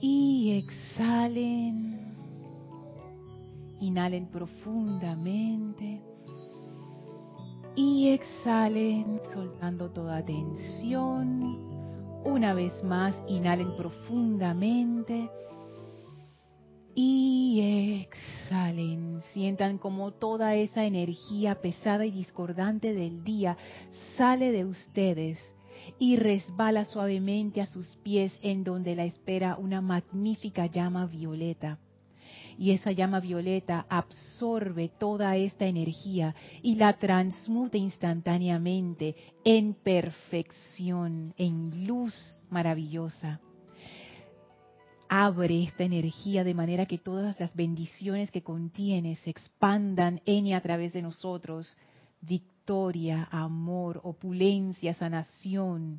Y exhalen. Inhalen profundamente. Y exhalen, soltando toda tensión. Una vez más, inhalen profundamente. Y exhalen. Sientan como toda esa energía pesada y discordante del día sale de ustedes y resbala suavemente a sus pies, en donde la espera una magnífica llama violeta. Y esa llama violeta absorbe toda esta energía y la transmuta instantáneamente en perfección, en luz maravillosa. Abre esta energía de manera que todas las bendiciones que contiene se expandan en y a través de nosotros. Victoria, amor, opulencia, sanación.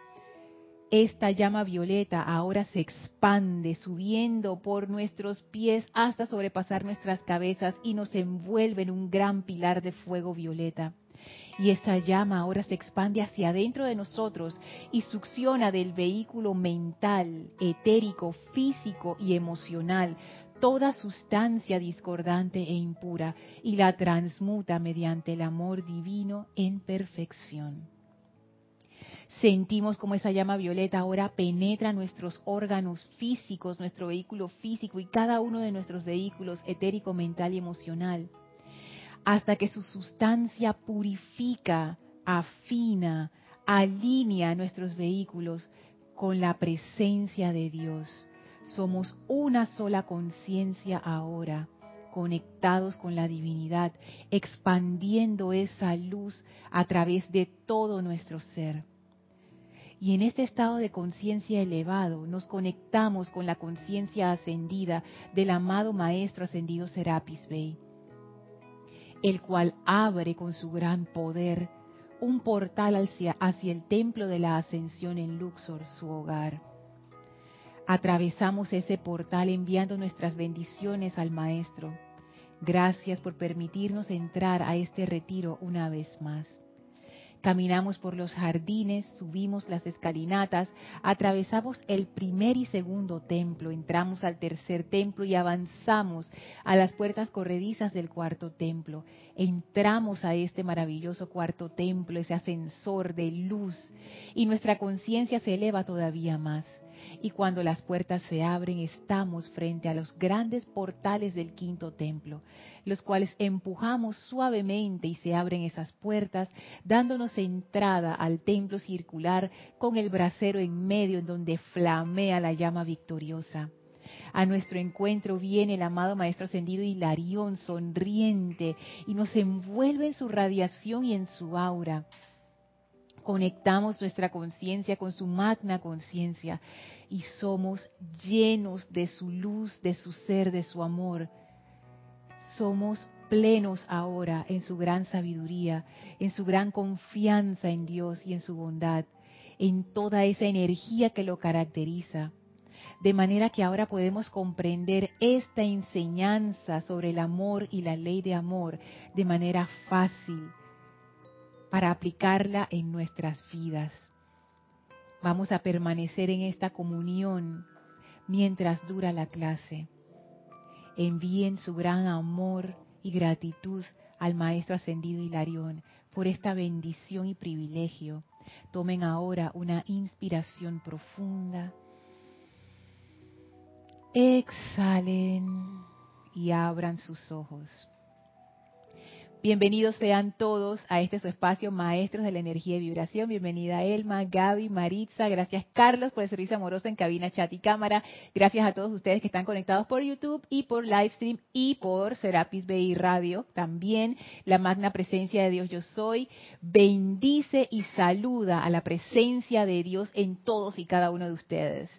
Esta llama violeta ahora se expande, subiendo por nuestros pies hasta sobrepasar nuestras cabezas y nos envuelve en un gran pilar de fuego violeta. Y esta llama ahora se expande hacia adentro de nosotros y succiona del vehículo mental, etérico, físico y emocional toda sustancia discordante e impura y la transmuta mediante el amor divino en perfección. Sentimos como esa llama violeta ahora penetra nuestros órganos físicos, nuestro vehículo físico y cada uno de nuestros vehículos etérico, mental y emocional, hasta que su sustancia purifica, afina, alinea nuestros vehículos con la presencia de Dios. Somos una sola conciencia ahora, conectados con la divinidad, expandiendo esa luz a través de todo nuestro ser. Y en este estado de conciencia elevado nos conectamos con la conciencia ascendida del amado Maestro Ascendido Serapis Bey, el cual abre con su gran poder un portal hacia el templo de la ascensión en Luxor, su hogar. Atravesamos ese portal enviando nuestras bendiciones al Maestro. Gracias por permitirnos entrar a este retiro una vez más. Caminamos por los jardines, subimos las escalinatas, atravesamos el primer y segundo templo, entramos al tercer templo y avanzamos a las puertas corredizas del cuarto templo. Entramos a este maravilloso cuarto templo, ese ascensor de luz, y nuestra conciencia se eleva todavía más. Y cuando las puertas se abren, estamos frente a los grandes portales del quinto templo, los cuales empujamos suavemente y se abren esas puertas, dándonos entrada al templo circular con el brasero en medio, en donde flamea la llama victoriosa. A nuestro encuentro viene el amado Maestro Ascendido Hilarión, sonriente, y nos envuelve en su radiación y en su aura. Conectamos nuestra conciencia con su magna conciencia y somos llenos de su luz, de su ser, de su amor. Somos plenos ahora en su gran sabiduría, en su gran confianza en Dios y en su bondad, en toda esa energía que lo caracteriza. De manera que ahora podemos comprender esta enseñanza sobre el amor y la ley de amor de manera fácil, para aplicarla en nuestras vidas. Vamos a permanecer en esta comunión mientras dura la clase. Envíen su gran amor y gratitud al Maestro Ascendido Hilarión por esta bendición y privilegio. Tomen ahora una inspiración profunda. Exhalen y abran sus ojos. Bienvenidos sean todos a este su espacio, Maestros de la Energía y Vibración. Bienvenida Elma, Gaby, Maritza. Gracias Carlos por el servicio amoroso en cabina, chat y cámara. Gracias a todos ustedes que están conectados por YouTube y por Livestream y por Serapis Bay Radio. También la magna presencia de Dios Yo Soy bendice y saluda a la presencia de Dios en todos y cada uno de ustedes.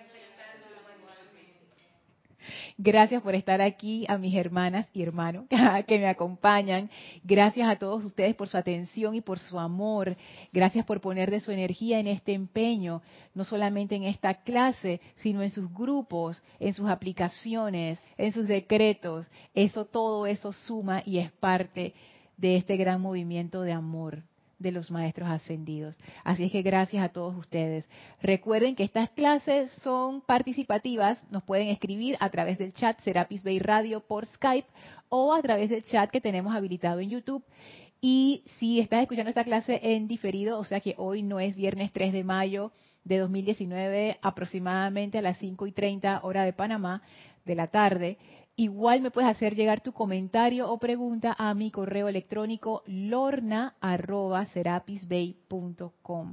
Gracias por estar aquí, a mis hermanas y hermanos que me acompañan. Gracias a todos ustedes por su atención y por su amor. Gracias por poner de su energía en este empeño, no solamente en esta clase, sino en sus grupos, en sus aplicaciones, en sus decretos. Todo eso suma y es parte de este gran movimiento de amor, de los maestros ascendidos. Así es que gracias a todos ustedes. Recuerden que estas clases son participativas, nos pueden escribir a través del chat Serapis Bay Radio por Skype o a través del chat que tenemos habilitado en YouTube. Y si estás escuchando esta clase en diferido, o sea que hoy no es viernes 3 de mayo de 2019, aproximadamente a las 5:30 hora de Panamá de la tarde, igual me puedes hacer llegar tu comentario o pregunta a mi correo electrónico lorna@serapisbay.com.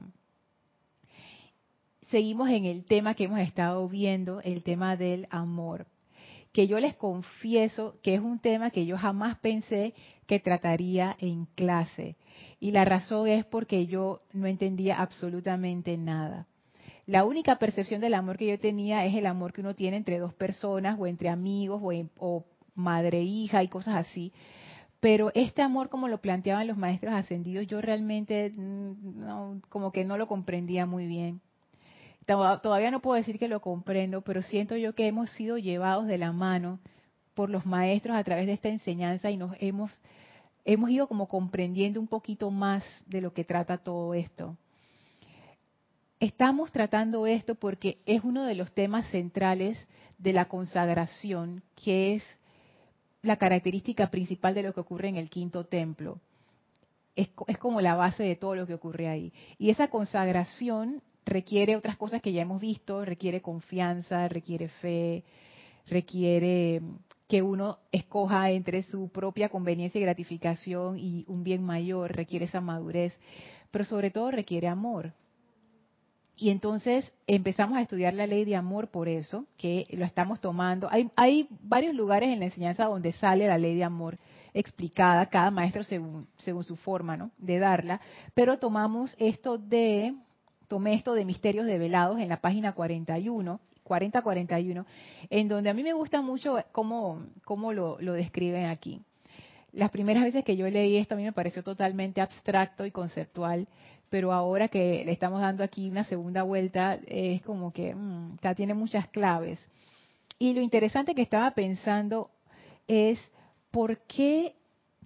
Seguimos en el tema que hemos estado viendo, el tema del amor, que yo les confieso que es un tema que yo jamás pensé que trataría en clase. Y la razón es porque yo no entendía absolutamente nada. La única percepción del amor que yo tenía es el amor que uno tiene entre dos personas o entre amigos o madre e hija y cosas así. Pero este amor como lo planteaban los maestros ascendidos, yo realmente no, como que no lo comprendía muy bien. Todavía no puedo decir que lo comprendo, pero siento yo que hemos sido llevados de la mano por los maestros a través de esta enseñanza y nos hemos ido como comprendiendo un poquito más de lo que trata todo esto. Estamos tratando esto porque es uno de los temas centrales de la consagración, que es la característica principal de lo que ocurre en el quinto templo. Es como la base de todo lo que ocurre ahí. Y esa consagración requiere otras cosas que ya hemos visto, requiere confianza, requiere fe, requiere que uno escoja entre su propia conveniencia y gratificación y un bien mayor, requiere esa madurez, pero sobre todo requiere amor. Y entonces empezamos a estudiar la ley de amor por eso, que lo estamos tomando. Hay varios lugares en la enseñanza donde sale la ley de amor explicada, cada maestro según su forma, ¿no?, de darla, pero tomé esto de Misterios Develados en la página 41, en donde a mí me gusta mucho cómo lo describen aquí. Las primeras veces que yo leí esto a mí me pareció totalmente abstracto y conceptual, pero ahora que le estamos dando aquí una segunda vuelta, es como que tiene muchas claves. Y lo interesante que estaba pensando es ¿por qué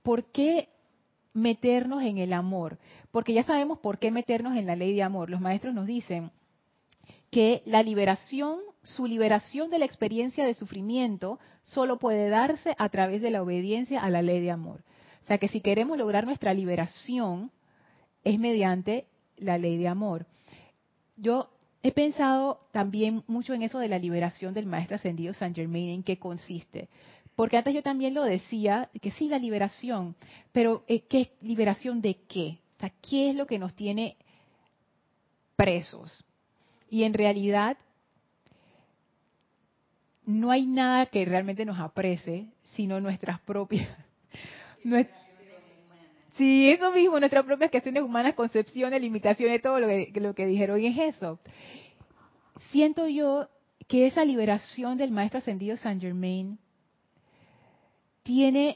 meternos en el amor? Porque ya sabemos por qué meternos en la ley de amor. Los maestros nos dicen que su liberación de la experiencia de sufrimiento solo puede darse a través de la obediencia a la ley de amor. O sea que si queremos lograr nuestra liberación es mediante la ley de amor. Yo he pensado también mucho en eso de la liberación del maestro ascendido Saint Germain, en qué consiste. Porque antes yo también lo decía, que sí, la liberación, pero ¿qué liberación de qué? O sea, ¿qué es lo que nos tiene presos? Y en realidad no hay nada que realmente nos aprese, sino nuestras propias... Sí, eso mismo, nuestras propias creaciones humanas, concepciones, limitaciones, todo lo que dijeron es eso. Siento yo que esa liberación del maestro ascendido Saint Germain tiene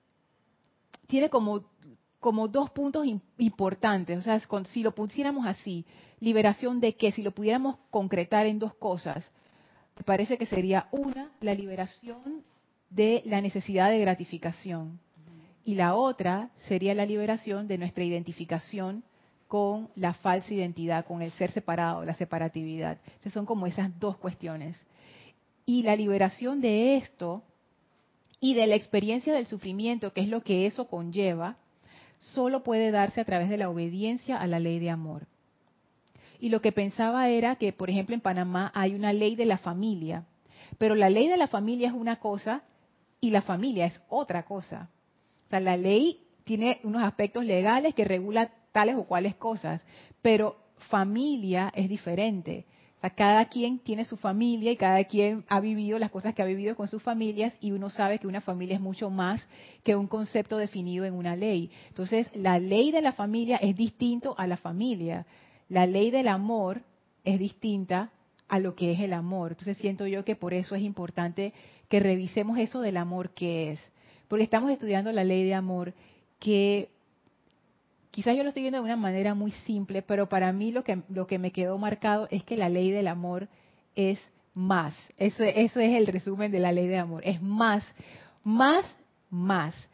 como dos puntos importantes. O sea, si lo pusiéramos así, liberación de qué, si lo pudiéramos concretar en dos cosas, me parece que sería una, la liberación de la necesidad de gratificación. Y la otra sería la liberación de nuestra identificación con la falsa identidad, con el ser separado, la separatividad. Entonces son como esas dos cuestiones. Y la liberación de esto y de la experiencia del sufrimiento, que es lo que eso conlleva, solo puede darse a través de la obediencia a la ley de amor. Y lo que pensaba era que, por ejemplo, en Panamá hay una ley de la familia, pero la ley de la familia es una cosa y la familia es otra cosa. O sea, la ley tiene unos aspectos legales que regula tales o cuales cosas, pero familia es diferente. O sea, cada quien tiene su familia y cada quien ha vivido las cosas que ha vivido con sus familias y uno sabe que una familia es mucho más que un concepto definido en una ley. Entonces, la ley de la familia es distinto a la familia. La ley del amor es distinta a lo que es el amor. Entonces, siento yo que por eso es importante que revisemos eso del amor que es. Porque estamos estudiando la ley de amor que quizás yo lo estoy viendo de una manera muy simple, pero para mí lo que me quedó marcado es que la ley del amor es más. Ese es el resumen de la ley del amor. Es más, más, más.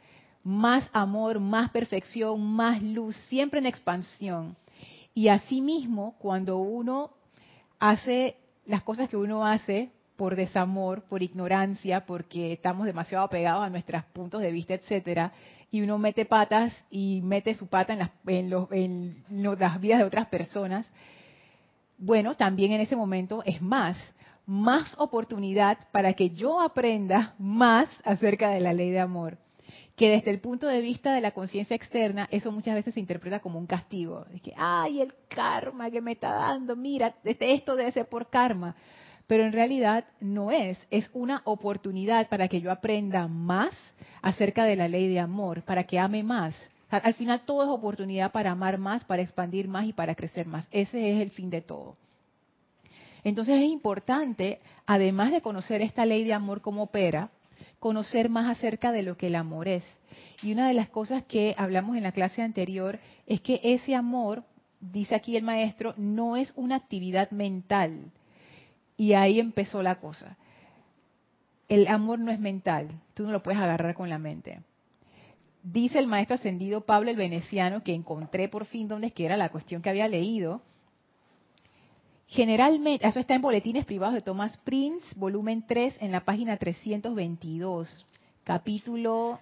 más amor, más perfección, más luz, siempre en expansión. Y asimismo, cuando uno hace las cosas que uno hace por desamor, por ignorancia, porque estamos demasiado apegados a nuestros puntos de vista, etcétera, y uno mete patas y mete su pata en las vidas de otras personas, bueno, también en ese momento es más oportunidad para que yo aprenda más acerca de la ley de amor. Que desde el punto de vista de la conciencia externa, eso muchas veces se interpreta como un castigo. Es que, ay, el karma que me está dando, mira, esto debe ser por karma. Pero en realidad no es una oportunidad para que yo aprenda más acerca de la ley de amor, para que ame más. O sea, al final todo es oportunidad para amar más, para expandir más y para crecer más. Ese es el fin de todo. Entonces es importante, además de conocer esta ley de amor cómo opera, conocer más acerca de lo que el amor es. Y una de las cosas que hablamos en la clase anterior es que ese amor, dice aquí el maestro, no es una actividad mental. Y ahí empezó la cosa. El amor no es mental, tú no lo puedes agarrar con la mente. Dice el maestro ascendido Pablo el Veneciano, que encontré por fin donde es que era la cuestión que había leído. Generalmente, eso está en Boletines Privados de Thomas Prince, volumen 3, en la página 322, capítulo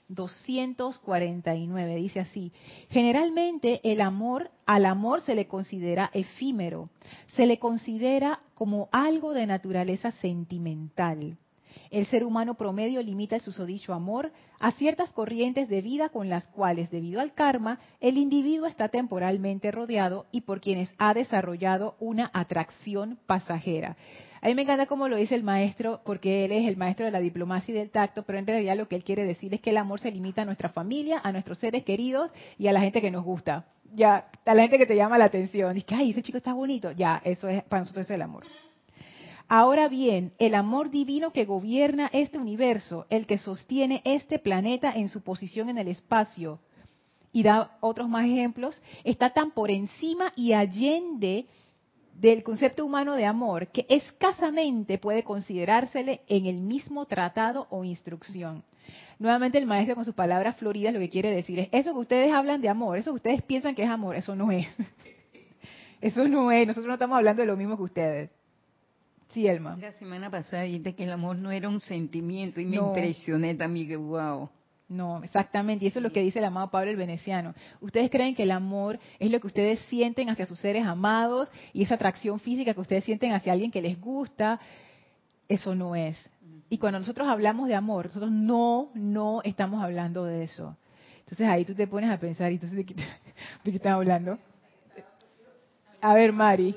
249, dice así: generalmente al amor se le considera efímero, se le considera como algo de naturaleza sentimental. El ser humano promedio limita el susodicho amor a ciertas corrientes de vida con las cuales, debido al karma, el individuo está temporalmente rodeado y por quienes ha desarrollado una atracción pasajera. A mí me encanta cómo lo dice el maestro, porque él es el maestro de la diplomacia y del tacto, pero en realidad lo que él quiere decir es que el amor se limita a nuestra familia, a nuestros seres queridos y a la gente que nos gusta. Ya, a la gente que te llama la atención. Dice, ay, ese chico está bonito. Ya, eso es, para nosotros es el amor. Ahora bien, el amor divino que gobierna este universo, el que sostiene este planeta en su posición en el espacio, y da otros más ejemplos, está tan por encima y allende del concepto humano de amor que escasamente puede considerársele en el mismo tratado o instrucción. Nuevamente el maestro con sus palabras floridas lo que quiere decir es, eso que ustedes hablan de amor, eso que ustedes piensan que es amor, eso no es. Eso no es, nosotros no estamos hablando de lo mismo que ustedes. Sí, Elma. La semana pasada dijiste que el amor no era un sentimiento y me No, impresioné también, que wow. no, exactamente. Y eso es lo que dice el amado Pablo el Veneciano. Ustedes creen que el amor es lo que ustedes sienten hacia sus seres amados y esa atracción física que ustedes sienten hacia alguien que les gusta. Eso no es. Y cuando nosotros hablamos de amor, nosotros no estamos hablando de eso. Entonces ahí tú te pones a pensar, ¿y entonces de qué están hablando? A ver, Mari.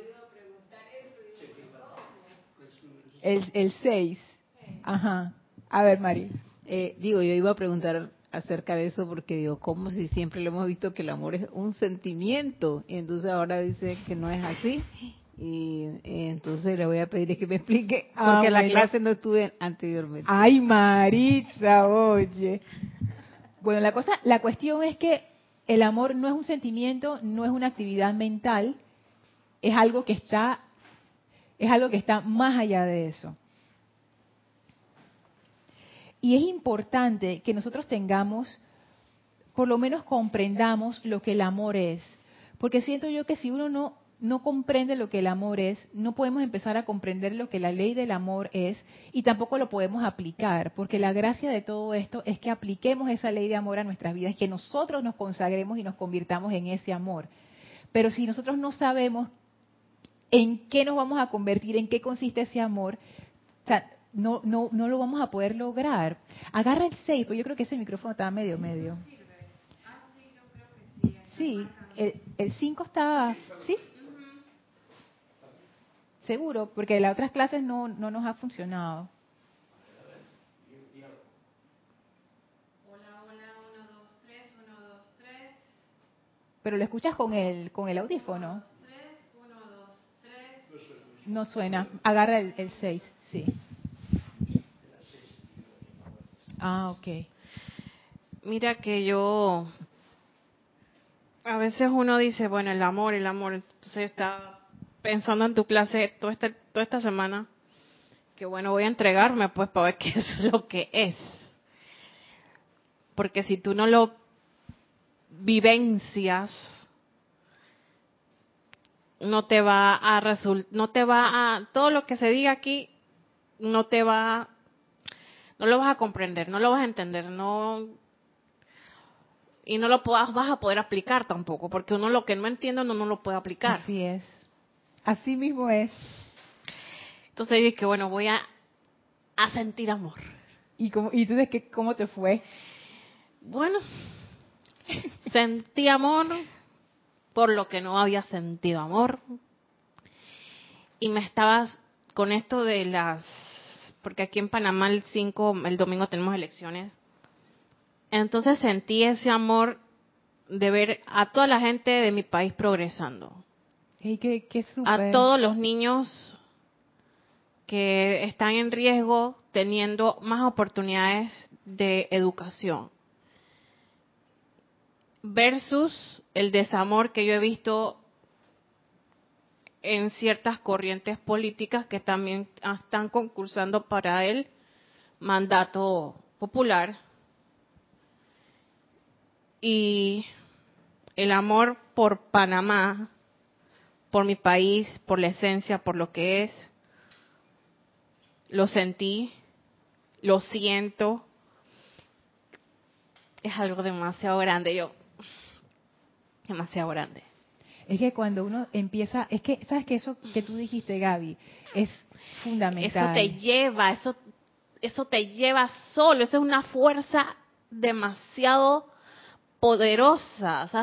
El 6. Ajá. A ver, Mari. Yo iba a preguntar acerca de eso porque digo, ¿cómo si siempre lo hemos visto que el amor es un sentimiento? Y entonces ahora dice que no es así. Y entonces le voy a pedir que me explique, porque en la clase no estuve anteriormente. Ay, Maritza, oye. Bueno, la cuestión es que el amor no es un sentimiento, no es una actividad mental, es algo que está más allá de eso. Y es importante que nosotros tengamos, por lo menos comprendamos lo que el amor es. Porque siento yo que si uno no comprende lo que el amor es, no podemos empezar a comprender lo que la ley del amor es y tampoco lo podemos aplicar. Porque la gracia de todo esto es que apliquemos esa ley de amor a nuestras vidas, que nosotros nos consagremos y nos convirtamos en ese amor. Pero si nosotros no sabemos en qué nos vamos a convertir, en qué consiste ese amor, o sea, no lo vamos a poder lograr. Agarra el 6, pues yo creo que ese micrófono estaba medio. Sí, el 5 está, ¿sí? Seguro, porque las otras clases no nos ha funcionado. Hola, 1, 2, 3, 1, 2, 3. Pero lo escuchas con el audífono. 1, 2, 3, 1, 2, 3. No suena. Agarra el 6, sí. Ah, ok. Mira que yo, a veces uno dice, bueno, el amor, entonces está pensando en tu clase toda esta semana, que bueno, voy a entregarme pues para ver qué es lo que es. porque si tú no lo vivencias, no te va a todo lo que se diga aquí no lo vas a comprender, no lo vas a entender, y no lo vas a poder aplicar tampoco, porque uno lo que no entiende no lo puede aplicar. Así es. Así mismo es. Entonces yo dije, bueno, voy a sentir amor. ¿Y tú cómo te fue? Bueno, sentí amor por lo que no había sentido amor. Y me estabas con esto porque aquí en Panamá el domingo tenemos elecciones. Entonces sentí ese amor de ver a toda la gente de mi país progresando. Hey, qué súper. A todos los niños que están en riesgo teniendo más oportunidades de educación. Versus el desamor que yo he visto en ciertas corrientes políticas que también están concursando para el mandato popular. Y el amor por Panamá, por mi país, por la esencia, por lo que es, lo sentí, lo siento, es algo demasiado grande, demasiado grande. Es que cuando uno empieza, es que, ¿sabes qué? Eso que tú dijiste, Gaby, es fundamental. Eso te lleva solo, eso es una fuerza demasiado poderosa, o sea,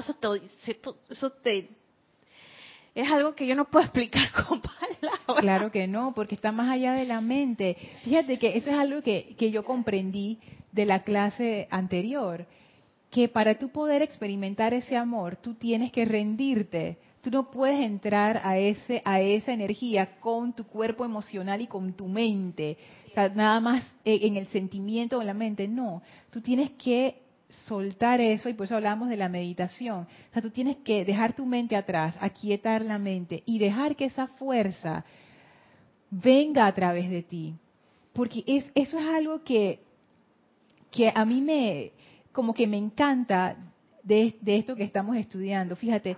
es algo que yo no puedo explicar con palabras. Claro que no, porque está más allá de la mente. Fíjate que eso es algo que yo comprendí de la clase anterior, que para tú poder experimentar ese amor, tú tienes que rendirte. Tú no puedes entrar a esa energía con tu cuerpo emocional y con tu mente. O sea, nada más en el sentimiento o en la mente, no. Tú tienes que soltar eso, y por eso hablamos de la meditación. O sea, tú tienes que dejar tu mente atrás, aquietar la mente y dejar que esa fuerza venga a través de ti. Porque eso es algo que a mí como que me encanta de esto que estamos estudiando. Fíjate,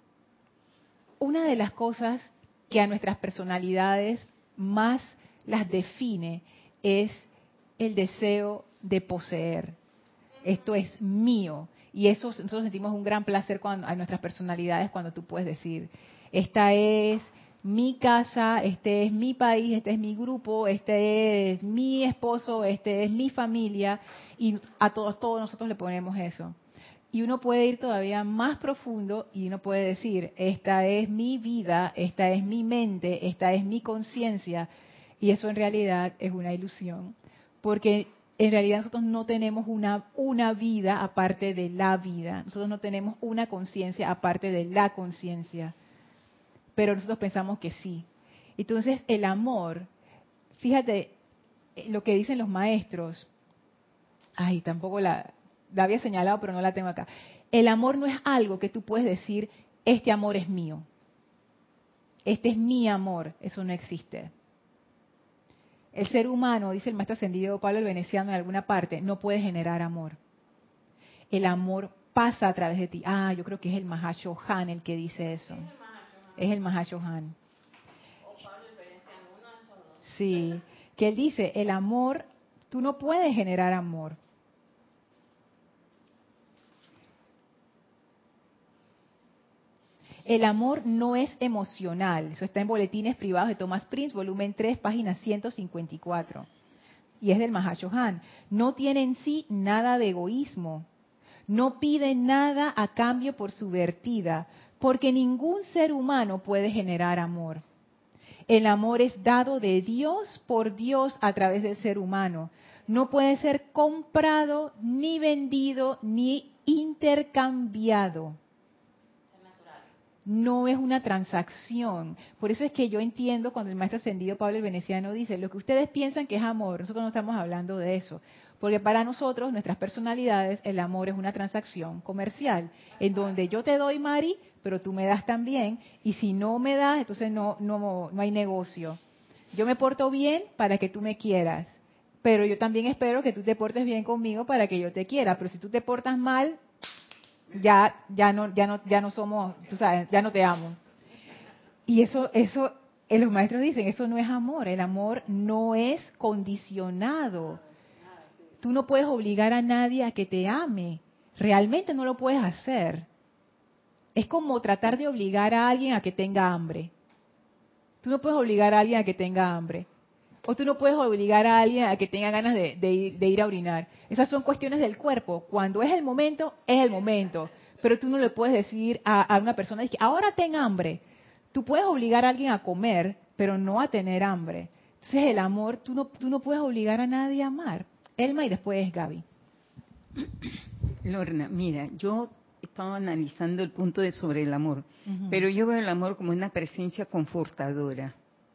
una de las cosas que a nuestras personalidades más las define es el deseo de poseer. Esto es mío. Y eso nosotros sentimos un gran placer a nuestras personalidades cuando tú puedes decir, esta es mi casa, este es mi país, este es mi grupo, este es mi esposo, este es mi familia, y a todos nosotros le ponemos eso. Y uno puede ir todavía más profundo y uno puede decir, esta es mi vida, esta es mi mente, esta es mi conciencia, y eso en realidad es una ilusión, porque en realidad nosotros no tenemos una vida aparte de la vida, nosotros no tenemos una conciencia aparte de la conciencia, pero nosotros pensamos que sí. Entonces el amor, fíjate lo que dicen los maestros, tampoco la había señalado pero no la tengo acá. El amor no es algo que tú puedes decir, este amor es mío, este es mi amor, eso no existe. El ser humano, dice el maestro ascendido Pablo el Veneciano en alguna parte, no puede generar amor. El amor pasa a través de ti. Yo creo que es el Mahashohan el que dice eso. Es el Mahashohan. O Pablo el Veneciano, uno de esos dos. Sí, que él dice, el amor, tú no puedes generar amor. El amor no es emocional. Eso está en Boletines Privados de Thomas Prince, volumen 3, página 154. Y es del Mahashohan. No tiene en sí nada de egoísmo. No pide nada a cambio por su vertida, porque ningún ser humano puede generar amor. El amor es dado de Dios por Dios a través del ser humano. No puede ser comprado, ni vendido, ni intercambiado. No es una transacción. Por eso es que yo entiendo cuando el maestro ascendido Pablo el Veneciano dice, lo que ustedes piensan que es amor, nosotros no estamos hablando de eso. Porque para nosotros, nuestras personalidades, el amor es una transacción comercial, en donde yo te doy, Mari, pero tú me das también, y si no me das, entonces no hay negocio. Yo me porto bien para que tú me quieras, pero yo también espero que tú te portes bien conmigo para que yo te quiera. Pero si tú te portas mal, ya no somos, tú sabes, ya no te amo. Y eso, los maestros dicen, eso no es amor. El amor no es condicionado. Tú no puedes obligar a nadie a que te ame. Realmente no lo puedes hacer. Es como tratar de obligar a alguien a que tenga hambre. Tú no puedes obligar a alguien a que tenga hambre. O tú no puedes obligar a alguien a que tenga ganas de ir a orinar. Esas son cuestiones del cuerpo. Cuando es el momento, es el momento. Pero tú no le puedes decir a una persona que ahora ten hambre. Tú puedes obligar a alguien a comer, pero no a tener hambre. Entonces el amor, tú no puedes obligar a nadie a amar. Elma y después Gaby. Lorna, mira, yo estaba analizando el punto de sobre el amor, pero yo veo el amor como una presencia confortadora.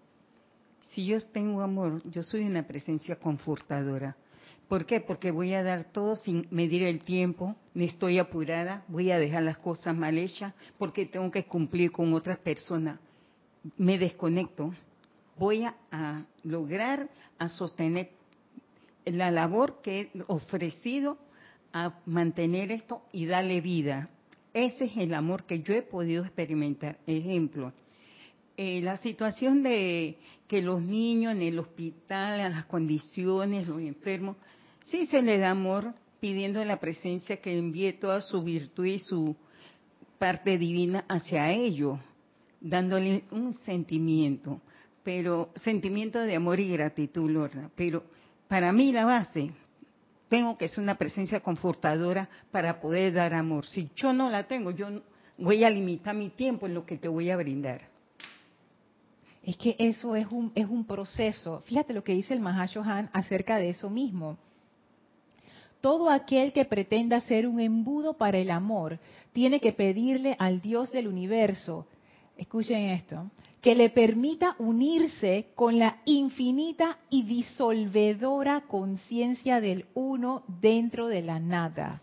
Si yo tengo amor, yo soy una presencia confortadora. ¿Por qué? Porque voy a dar todo sin medir el tiempo, ni estoy apurada, voy a dejar las cosas mal hechas porque tengo que cumplir con otras personas. Me desconecto, voy a lograr, a sostener la labor que he ofrecido a mantener esto y darle vida. Ese es el amor que yo he podido experimentar. Ejemplo, la situación de que los niños en el hospital, a las condiciones, los enfermos, sí se les da amor pidiendo la presencia que envíe toda su virtud y su parte divina hacia ellos, dándole un sentimiento, pero sentimiento de amor y gratitud, Lorna. Pero para mí la base, tengo que ser una presencia confortadora para poder dar amor. Si yo no la tengo, yo voy a limitar mi tiempo en lo que te voy a brindar. Es que eso es un proceso. Fíjate lo que dice el Mahashohan acerca de eso mismo. Todo aquel que pretenda ser un embudo para el amor tiene que pedirle al Dios del universo, escuchen esto, que le permita unirse con la infinita y disolvedora conciencia del uno dentro de la nada.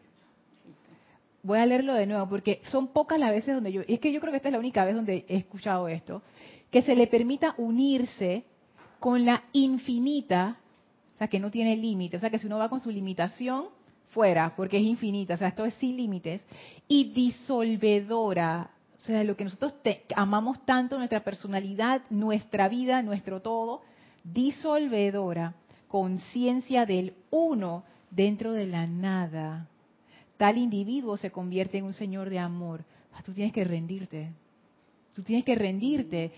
Voy a leerlo de nuevo porque son pocas las veces donde es que yo creo que esta es la única vez donde he escuchado esto, que se le permita unirse con la infinita, o sea, que no tiene límite, o sea, que si uno va con su limitación, fuera, porque es infinita, o sea, esto es sin límites, y disolvedora, o sea, lo que nosotros amamos tanto, nuestra personalidad, nuestra vida, nuestro todo, disolvedora, conciencia del uno dentro de la nada. Tal individuo se convierte en un señor de amor. Tú tienes que rendirte. Tú tienes que rendirte.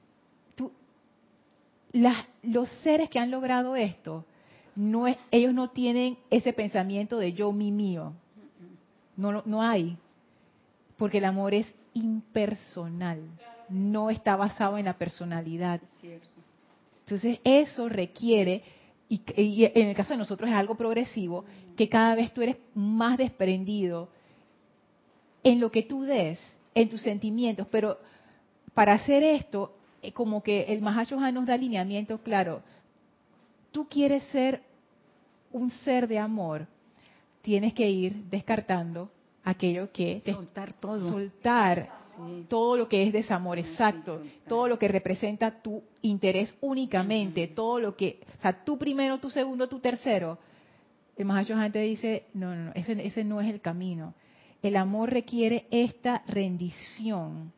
Los seres que han logrado esto, ellos no tienen ese pensamiento de yo, mi, mío. No hay. Porque el amor es impersonal. No está basado en la personalidad. Entonces eso requiere, y en el caso de nosotros es algo progresivo, que cada vez tú eres más desprendido en lo que tú des, en tus sentimientos. Pero para hacer esto, como que el Mahashohan nos da alineamiento claro. Tú quieres ser un ser de amor, tienes que ir descartando aquello que soltar todo, soltar todo lo que es desamor, exacto, todo lo que representa tu interés únicamente, todo lo que, o sea, tú primero, tú segundo, tú tercero. El Mahashohan te dice, no, ese no es el camino. El amor requiere esta rendición.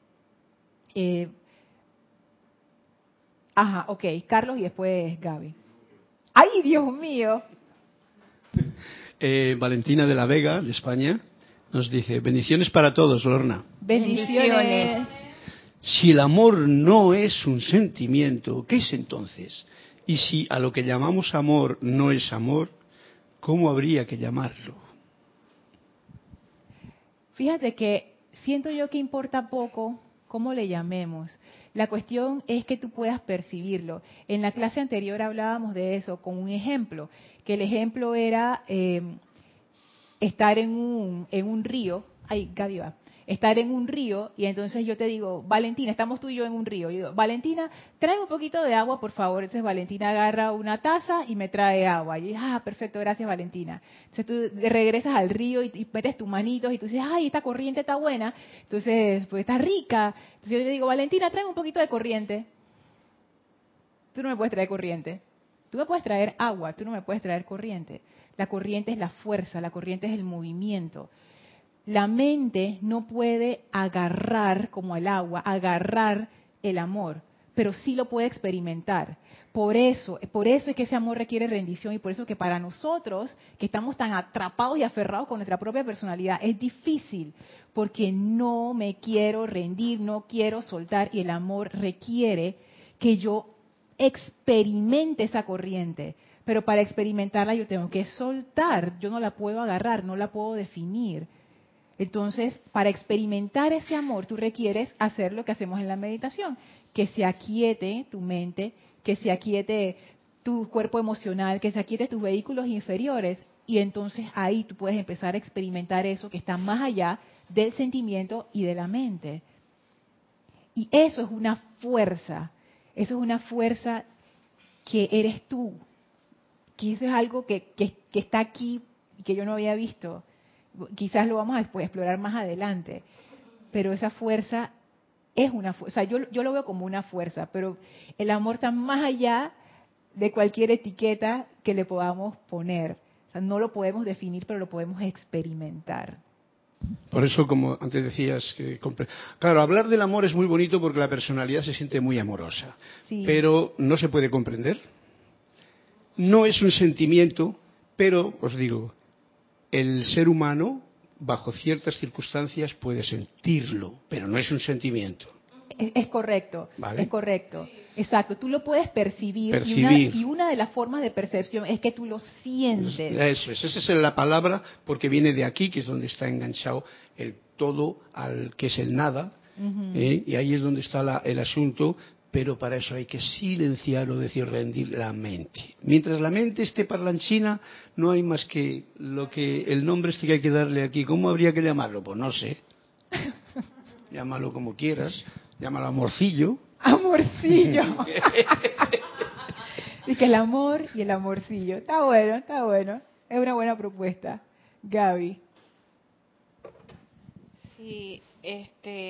Ok, Carlos y después Gaby. ¡Ay, Dios mío! Valentina de la Vega, de España, nos dice, bendiciones para todos, Lorna. Bendiciones. Si el amor no es un sentimiento, ¿qué es entonces? Y si a lo que llamamos amor no es amor, ¿cómo habría que llamarlo? Fíjate que siento yo que importa poco cómo le llamemos. La cuestión es que tú puedas percibirlo. En la clase anterior hablábamos de eso con un ejemplo, que el ejemplo era estar en un río. Ay, Gaby va. Estar en un río y entonces yo te digo, Valentina, estamos tú y yo en un río. Yo digo, Valentina, trae un poquito de agua, por favor. Entonces Valentina agarra una taza y me trae agua. Y yo digo, perfecto, gracias Valentina. Entonces tú regresas al río y metes tus manitos y tú dices, ay, esta corriente está buena. Entonces, pues está rica. Entonces yo le digo, Valentina, trae un poquito de corriente. Tú no me puedes traer corriente. Tú me puedes traer agua, tú no me puedes traer corriente. La corriente es la fuerza, la corriente es el movimiento. La mente no puede agarrar, como el agua, agarrar el amor, pero sí lo puede experimentar. Por eso es que ese amor requiere rendición y por eso que para nosotros, que estamos tan atrapados y aferrados con nuestra propia personalidad, es difícil, porque no me quiero rendir, no quiero soltar, y el amor requiere que yo experimente esa corriente. Pero para experimentarla yo tengo que soltar, yo no la puedo agarrar, no la puedo definir. Entonces, para experimentar ese amor, tú requieres hacer lo que hacemos en la meditación, que se aquiete tu mente, que se aquiete tu cuerpo emocional, que se aquiete tus vehículos inferiores, y entonces ahí tú puedes empezar a experimentar eso que está más allá del sentimiento y de la mente. Y eso es una fuerza que eres tú, que eso es algo que está aquí y que yo no había visto. Quizás lo vamos a explorar más adelante, pero esa fuerza es una fuerza. Yo lo veo como una fuerza, pero el amor está más allá de cualquier etiqueta que le podamos poner. O sea, no lo podemos definir, pero lo podemos experimentar. Por eso, como antes decías, claro, hablar del amor es muy bonito porque la personalidad se siente muy amorosa, Sí. pero no se puede comprender. No es un sentimiento, pero os digo, el ser humano, bajo ciertas circunstancias, puede sentirlo, pero no es un sentimiento. Es correcto, ¿Vale? es correcto. Exacto, tú lo puedes percibir. Y una de las formas de percepción es que tú lo sientes. Eso es, esa es la palabra, porque viene de aquí, que es donde está enganchado el todo al que es el nada, y ahí es donde está el asunto, pero para eso hay que silenciar o decir rendir la mente. Mientras la mente esté parlanchina, no hay más que lo que el nombre este que hay que darle aquí. ¿Cómo habría que llamarlo? Pues no sé. Llámalo como quieras, llámalo amorcillo. Amorcillo. Y que el amor y el amorcillo. Está bueno, está bueno. Es una buena propuesta. Gaby. Sí, es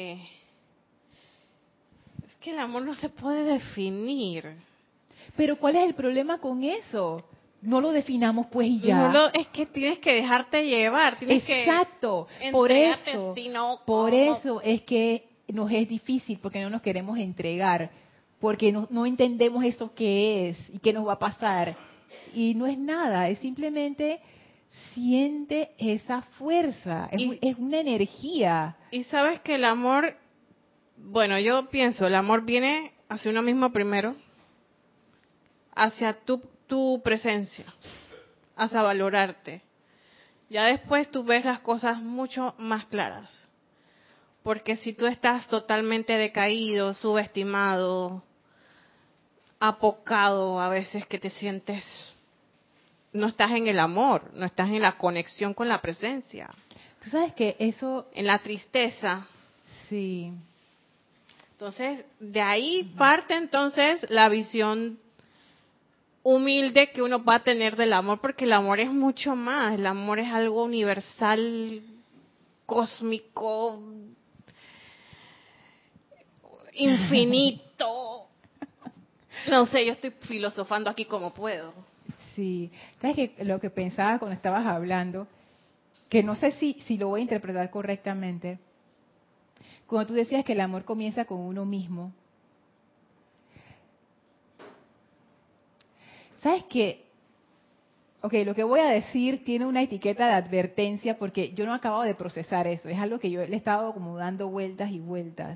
que el amor no se puede definir. Pero ¿cuál es el problema con eso? No lo definamos pues y ya. Es que tienes que dejarte llevar, tienes Exacto. que Por por eso es que nos es difícil, porque no nos queremos entregar, porque no entendemos eso que es y qué nos va a pasar. Y no es nada, es simplemente siente esa fuerza, es una energía. Y sabes que el amor, bueno, yo pienso, el amor viene hacia uno mismo primero, hacia tu presencia, hacia valorarte. Ya después tú ves las cosas mucho más claras. Porque si tú estás totalmente decaído, subestimado, apocado, a veces que te sientes, no estás en el amor, no estás en la conexión con la presencia. Tú sabes que eso... En la tristeza. Sí. Entonces, de ahí parte entonces la visión humilde que uno va a tener del amor, porque el amor es mucho más, el amor es algo universal, cósmico, infinito. No sé, yo estoy filosofando aquí como puedo. Sí. ¿Sabes que lo que pensaba cuando estabas hablando, que no sé si lo voy a interpretar correctamente, cuando tú decías que el amor comienza con uno mismo, ¿sabes qué? Ok, lo que voy a decir tiene una etiqueta de advertencia porque yo no acabo de procesar eso. Es algo que yo le he estado como dando vueltas y vueltas.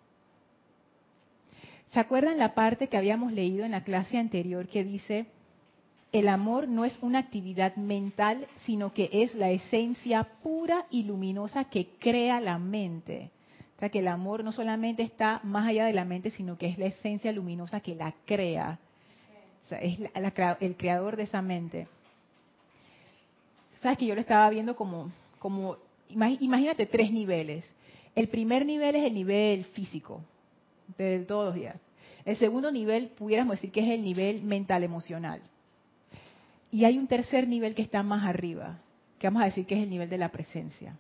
¿Se acuerdan la parte que habíamos leído en la clase anterior que dice, el amor no es una actividad mental, sino que es la esencia pura y luminosa que crea la mente? O sea, que el amor no solamente está más allá de la mente, sino que es la esencia luminosa que la crea. O sea, es el creador de esa mente. Sabes que yo lo estaba viendo como imagínate 3 niveles. El primer nivel es el nivel físico, de todos los días. El segundo nivel, pudiéramos decir que es el nivel mental emocional. Y hay un tercer nivel que está más arriba, que vamos a decir que es el nivel de la presencia.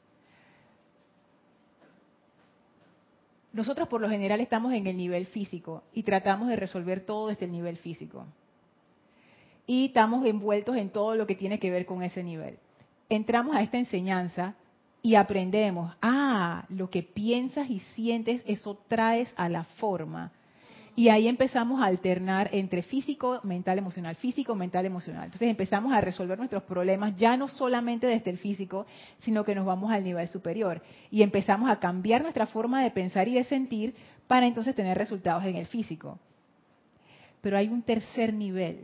Nosotros por lo general estamos en el nivel físico y tratamos de resolver todo desde el nivel físico. y estamos envueltos en todo lo que tiene que ver con ese nivel. Entramos a esta enseñanza y aprendemos, lo que piensas y sientes, eso traes a la forma. Y ahí empezamos a alternar entre físico, mental, emocional, físico, mental, emocional. Entonces empezamos a resolver nuestros problemas ya no solamente desde el físico, sino que nos vamos al nivel superior. Y empezamos a cambiar nuestra forma de pensar y de sentir para entonces tener resultados en el físico. Pero hay un tercer nivel.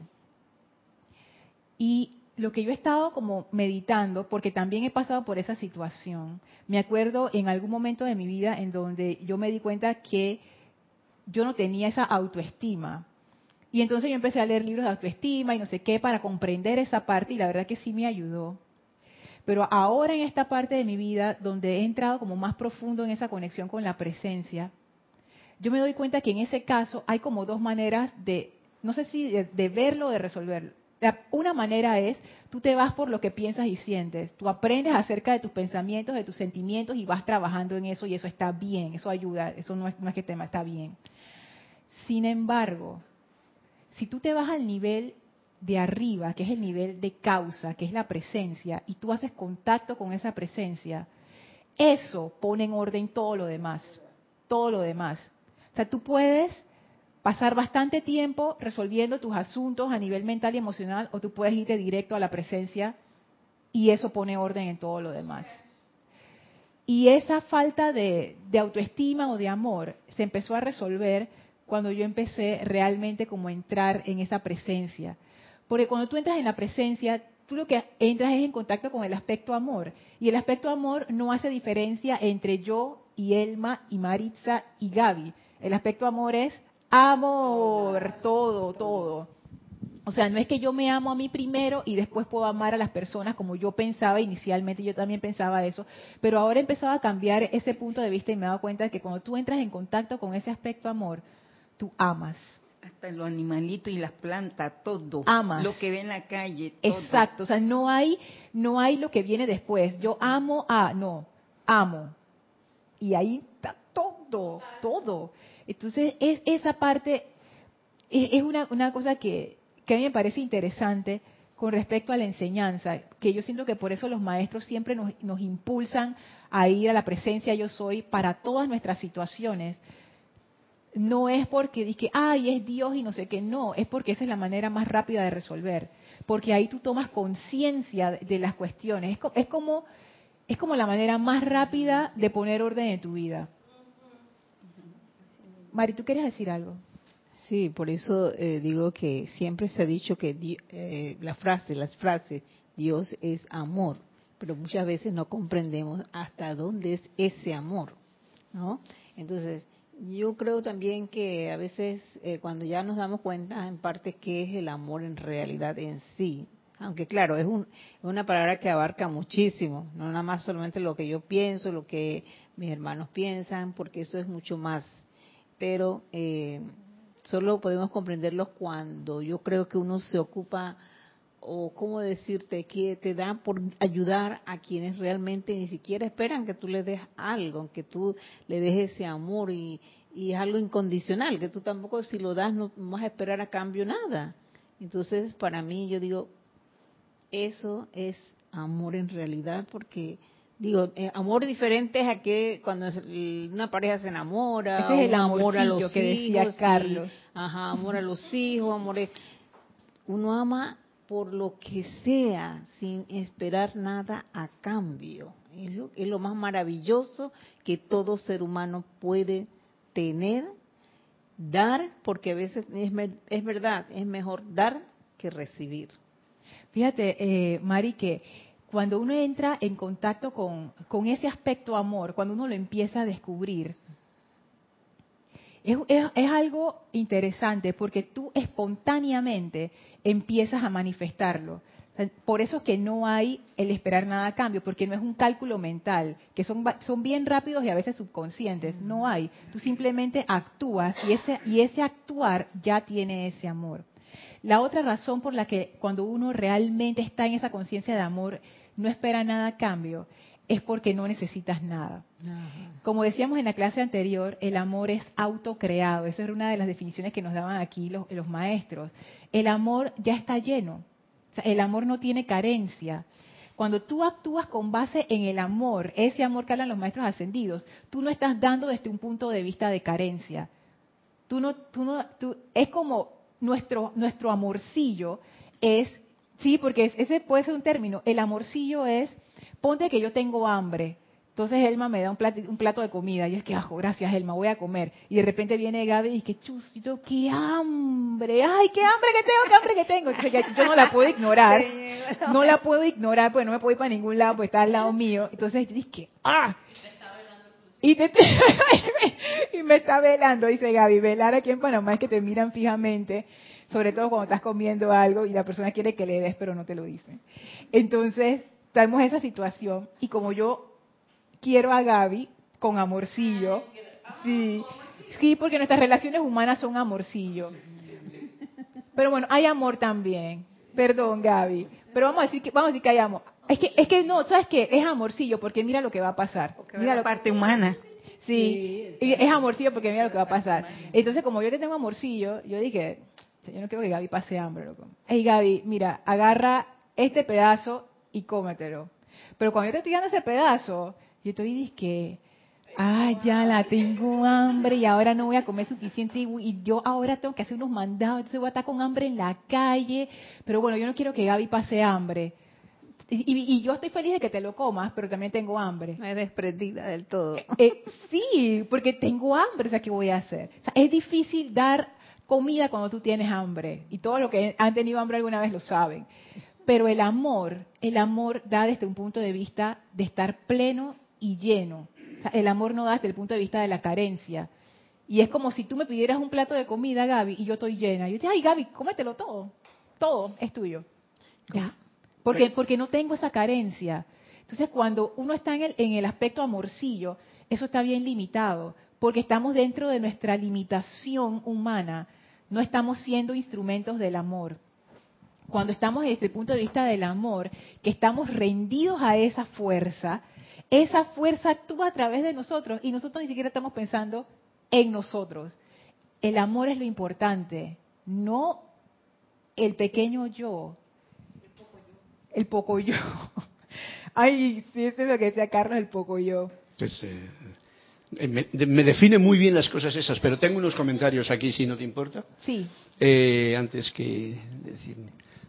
Y lo que yo he estado como meditando, porque también he pasado por esa situación, me acuerdo en algún momento de mi vida en donde yo me di cuenta que yo no tenía esa autoestima. Y entonces yo empecé a leer libros de autoestima y no sé qué para comprender esa parte y la verdad que sí me ayudó. Pero ahora en esta parte de mi vida, donde he entrado como más profundo en esa conexión con la presencia, yo me doy cuenta que en ese caso hay como dos maneras de, no sé si de verlo o de resolverlo. Una manera es, tú te vas por lo que piensas y sientes, tú aprendes acerca de tus pensamientos, de tus sentimientos y vas trabajando en eso y eso está bien, eso ayuda, eso no es que tema, está bien. Sin embargo, si tú te vas al nivel de arriba, que es el nivel de causa, que es la presencia, y tú haces contacto con esa presencia, eso pone en orden todo lo demás, todo lo demás. O sea, tú puedes pasar bastante tiempo resolviendo tus asuntos a nivel mental y emocional, o tú puedes irte directo a la presencia y eso pone orden en todo lo demás. Y esa falta de autoestima o de amor se empezó a resolver cuando yo empecé realmente como a entrar en esa presencia. Porque cuando tú entras en la presencia, tú lo que entras es en contacto con el aspecto amor. Y el aspecto amor no hace diferencia entre yo y Elma y Maritza y Gaby. El aspecto amor es amor, todo, todo. O sea, no es que yo me amo a mí primero y después puedo amar a las personas como yo pensaba inicialmente, yo también pensaba eso, pero ahora he empezado a cambiar ese punto de vista y me he dado cuenta de que cuando tú entras en contacto con ese aspecto amor, tú amas. Hasta los animalitos y las plantas, todo. Amas. Lo que ve en la calle, todo. Exacto, o sea, no hay lo que viene después. Yo amo amo. Y ahí está todo, todo. Entonces, esa parte es una cosa que a mí me parece interesante con respecto a la enseñanza, que yo siento que por eso los maestros siempre nos impulsan a ir a la presencia yo soy para todas nuestras situaciones. No es porque dije, es Dios y no sé qué, no, es porque esa es la manera más rápida de resolver, porque ahí tú tomas conciencia de las cuestiones, es como la manera más rápida de poner orden en tu vida. Mari, ¿tú quieres decir algo? Sí, por eso digo que siempre se ha dicho que las frases, Dios es amor, pero muchas veces no comprendemos hasta dónde es ese amor, ¿no? Entonces, yo creo también que a veces cuando ya nos damos cuenta en parte qué es el amor en realidad en sí, aunque claro, es una palabra que abarca muchísimo, no nada más solamente lo que yo pienso, lo que mis hermanos piensan, porque eso es mucho más, pero solo podemos comprenderlos cuando yo creo que uno se ocupa, o cómo decirte, que te da por ayudar a quienes realmente ni siquiera esperan que tú les des algo, que tú le des ese amor y es algo incondicional, que tú tampoco si lo das no vas a esperar a cambio nada. Entonces para mí yo digo, eso es amor en realidad, porque digo, amor diferente es a que cuando una pareja se enamora, ese es el amor a los que decía hijos, Carlos. amor a los hijos, uno ama por lo que sea, sin esperar nada a cambio. Es lo más maravilloso que todo ser humano puede tener, dar, porque a veces es verdad, es mejor dar que recibir. Fíjate, Mari, que cuando uno entra en contacto con ese aspecto amor, cuando uno lo empieza a descubrir, es algo interesante porque tú espontáneamente empiezas a manifestarlo. Por eso es que no hay el esperar nada a cambio, porque no es un cálculo mental, que son bien rápidos y a veces subconscientes. No hay. Tú simplemente actúas y ese actuar ya tiene ese amor. La otra razón por la que cuando uno realmente está en esa conciencia de amor no espera nada a cambio es porque no necesitas nada. Ajá. Como decíamos en la clase anterior, el amor es autocreado. Esa era una de las definiciones que nos daban aquí los maestros. El amor ya está lleno. O sea, el amor no tiene carencia. Cuando tú actúas con base en el amor, ese amor que hablan los maestros ascendidos, tú no estás dando desde un punto de vista de carencia. Es como nuestro amorcillo es, sí, porque ese puede ser un término. El amorcillo es, ponte que yo tengo hambre. Entonces Elma me da un plato de comida. Y es que, gracias Elma, voy a comer. Y de repente viene Gaby y dice, chusito, qué hambre. Ay, qué hambre que tengo, qué hambre que tengo. Entonces yo no la puedo ignorar. No la puedo ignorar porque no me puedo ir para ningún lado porque está al lado mío. Entonces yo dije, y me está velando, dice Gaby. Velar aquí en Panamá es que te miran fijamente, sobre todo cuando estás comiendo algo y la persona quiere que le des, pero no te lo dicen. Entonces, tenemos esa situación y como yo quiero a Gaby con amorcillo, sí, porque nuestras relaciones humanas son amorcillo. Pero bueno, hay amor también. Perdón, Gaby. Pero vamos a decir que hay amor. Es que no, ¿sabes qué? Es amorcillo porque mira lo que va a pasar. Mira la parte humana. Sí, es amorcillo porque mira lo que va a pasar. Entonces, como yo te tengo amorcillo, yo dije, yo no quiero que Gaby pase hambre, loco. Hey, Gaby, mira, agarra este pedazo y cómetelo. Pero cuando yo te estoy dando ese pedazo, yo estoy dizque, ya la tengo hambre y ahora no voy a comer suficiente y yo ahora tengo que hacer unos mandados, entonces voy a estar con hambre en la calle. Pero bueno, yo no quiero que Gaby pase hambre. Y yo estoy feliz de que te lo comas, pero también tengo hambre. No es desprendida del todo. Sí, porque tengo hambre, o sea, ¿qué voy a hacer? O sea, es difícil dar comida cuando tú tienes hambre. Y todos los que han tenido hambre alguna vez lo saben. Pero el amor da desde un punto de vista de estar pleno y lleno. O sea, el amor no da desde el punto de vista de la carencia. Y es como si tú me pidieras un plato de comida, Gaby, y yo estoy llena. Yo te digo, ay, Gaby, cómetelo todo. Todo es tuyo. Ya. Porque no tengo esa carencia. Entonces, cuando uno está en el aspecto amorcillo, eso está bien limitado, porque estamos dentro de nuestra limitación humana, no estamos siendo instrumentos del amor. Cuando estamos desde el punto de vista del amor, que estamos rendidos a esa fuerza actúa a través de nosotros y nosotros ni siquiera estamos pensando en nosotros. El amor es lo importante, no el pequeño yo. El poco yo. Ay, sí, eso es lo que decía Carlos, el poco yo. Pues, me define muy bien las cosas esas, pero tengo unos comentarios aquí, si no te importa. Sí. Antes que decir.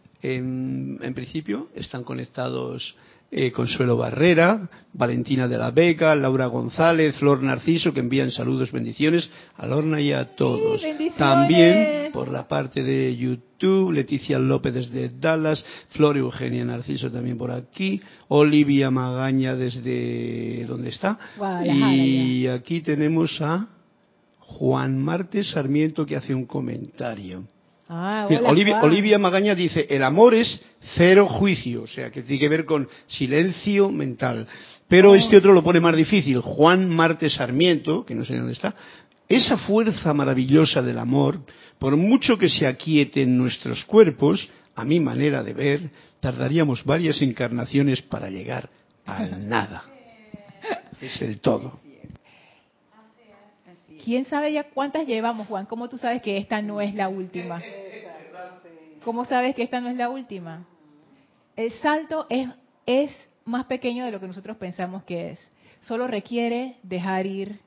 En principio están conectados Consuelo Barrera, Valentina de la Vega, Laura González, Flor Narciso, que envían saludos, bendiciones a Lorna y a todos. Sí, también por la parte de YouTube, Leticia López desde Dallas, Flor Eugenia Narciso también por aquí, Olivia Magaña desde ¿dónde está? Y aquí tenemos a Juan Martes Sarmiento que hace un comentario. Hola, Olivia Magaña dice, el amor es cero juicio, o sea, que tiene que ver con silencio mental. Pero este otro lo pone más difícil, Juan Marte Sarmiento, que no sé dónde está, esa fuerza maravillosa del amor, por mucho que se aquieten nuestros cuerpos, a mi manera de ver, tardaríamos varias encarnaciones para llegar al nada. Es el todo. ¿Quién sabe ya cuántas llevamos, Juan? ¿Cómo tú sabes que esta no es la última? ¿Cómo sabes que esta no es la última? El salto es más pequeño de lo que nosotros pensamos que es. Solo requiere dejar ir.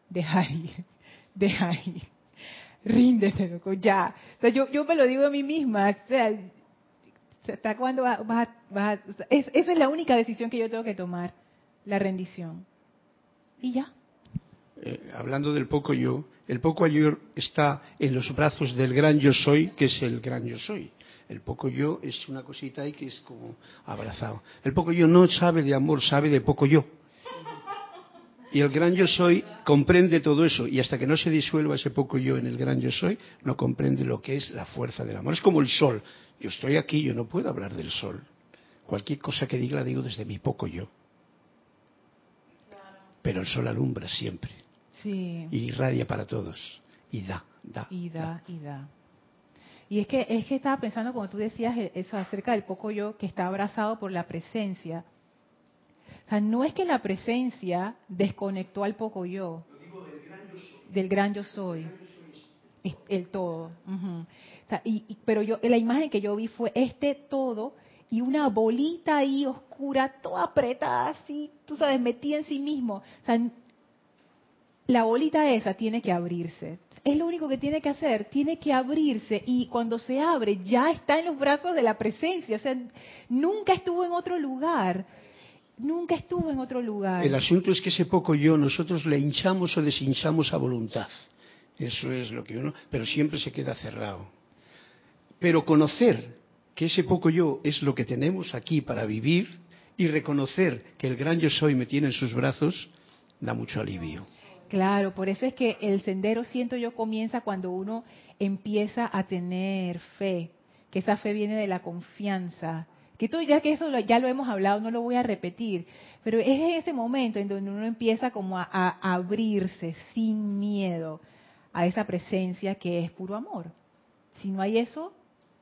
Ríndete, loco, ya. O sea, yo me lo digo a mí misma. O sea, ¿hasta cuándo vas a esa es la única decisión que yo tengo que tomar, la rendición. Y ya. Hablando del poco yo, el poco yo está en los brazos del gran yo soy, que es el gran yo soy. El poco yo es una cosita ahí que es como abrazado. El poco yo no sabe de amor, sabe de poco yo. Y el gran yo soy comprende todo eso. Y hasta que no se disuelva ese poco yo en el gran yo soy, no comprende lo que es la fuerza del amor. Es como el sol. Yo estoy aquí, yo no puedo hablar del sol. Cualquier cosa que diga la digo desde mi poco yo. Pero el sol alumbra siempre. Sí. Y irradia para todos. Y da. Y da. Y es que estaba pensando cuando tú decías eso acerca del poco yo que está abrazado por la presencia. O sea, no es que la presencia desconectó al poco yo, del gran yo soy, es el todo. O sea, pero la imagen que yo vi fue este todo y una bolita ahí oscura, toda apretada así, tú sabes, metida en sí mismo. O sea, la bolita esa tiene que abrirse. Es lo único que tiene que hacer, tiene que abrirse y cuando se abre ya está en los brazos de la presencia. O sea, nunca estuvo en otro lugar. Nunca estuvo en otro lugar. El asunto es que ese poco yo nosotros le hinchamos o deshinchamos a voluntad. Eso es lo que uno... Pero siempre se queda cerrado. Pero conocer que ese poco yo es lo que tenemos aquí para vivir y reconocer que el gran yo soy me tiene en sus brazos, da mucho alivio. Claro, por eso es que el sendero, siento yo, comienza cuando uno empieza a tener fe, que esa fe viene de la confianza. Que tú, ya que eso ya lo hemos hablado, no lo voy a repetir, pero es en ese momento en donde uno empieza como a abrirse sin miedo a esa presencia que es puro amor. Si no hay eso,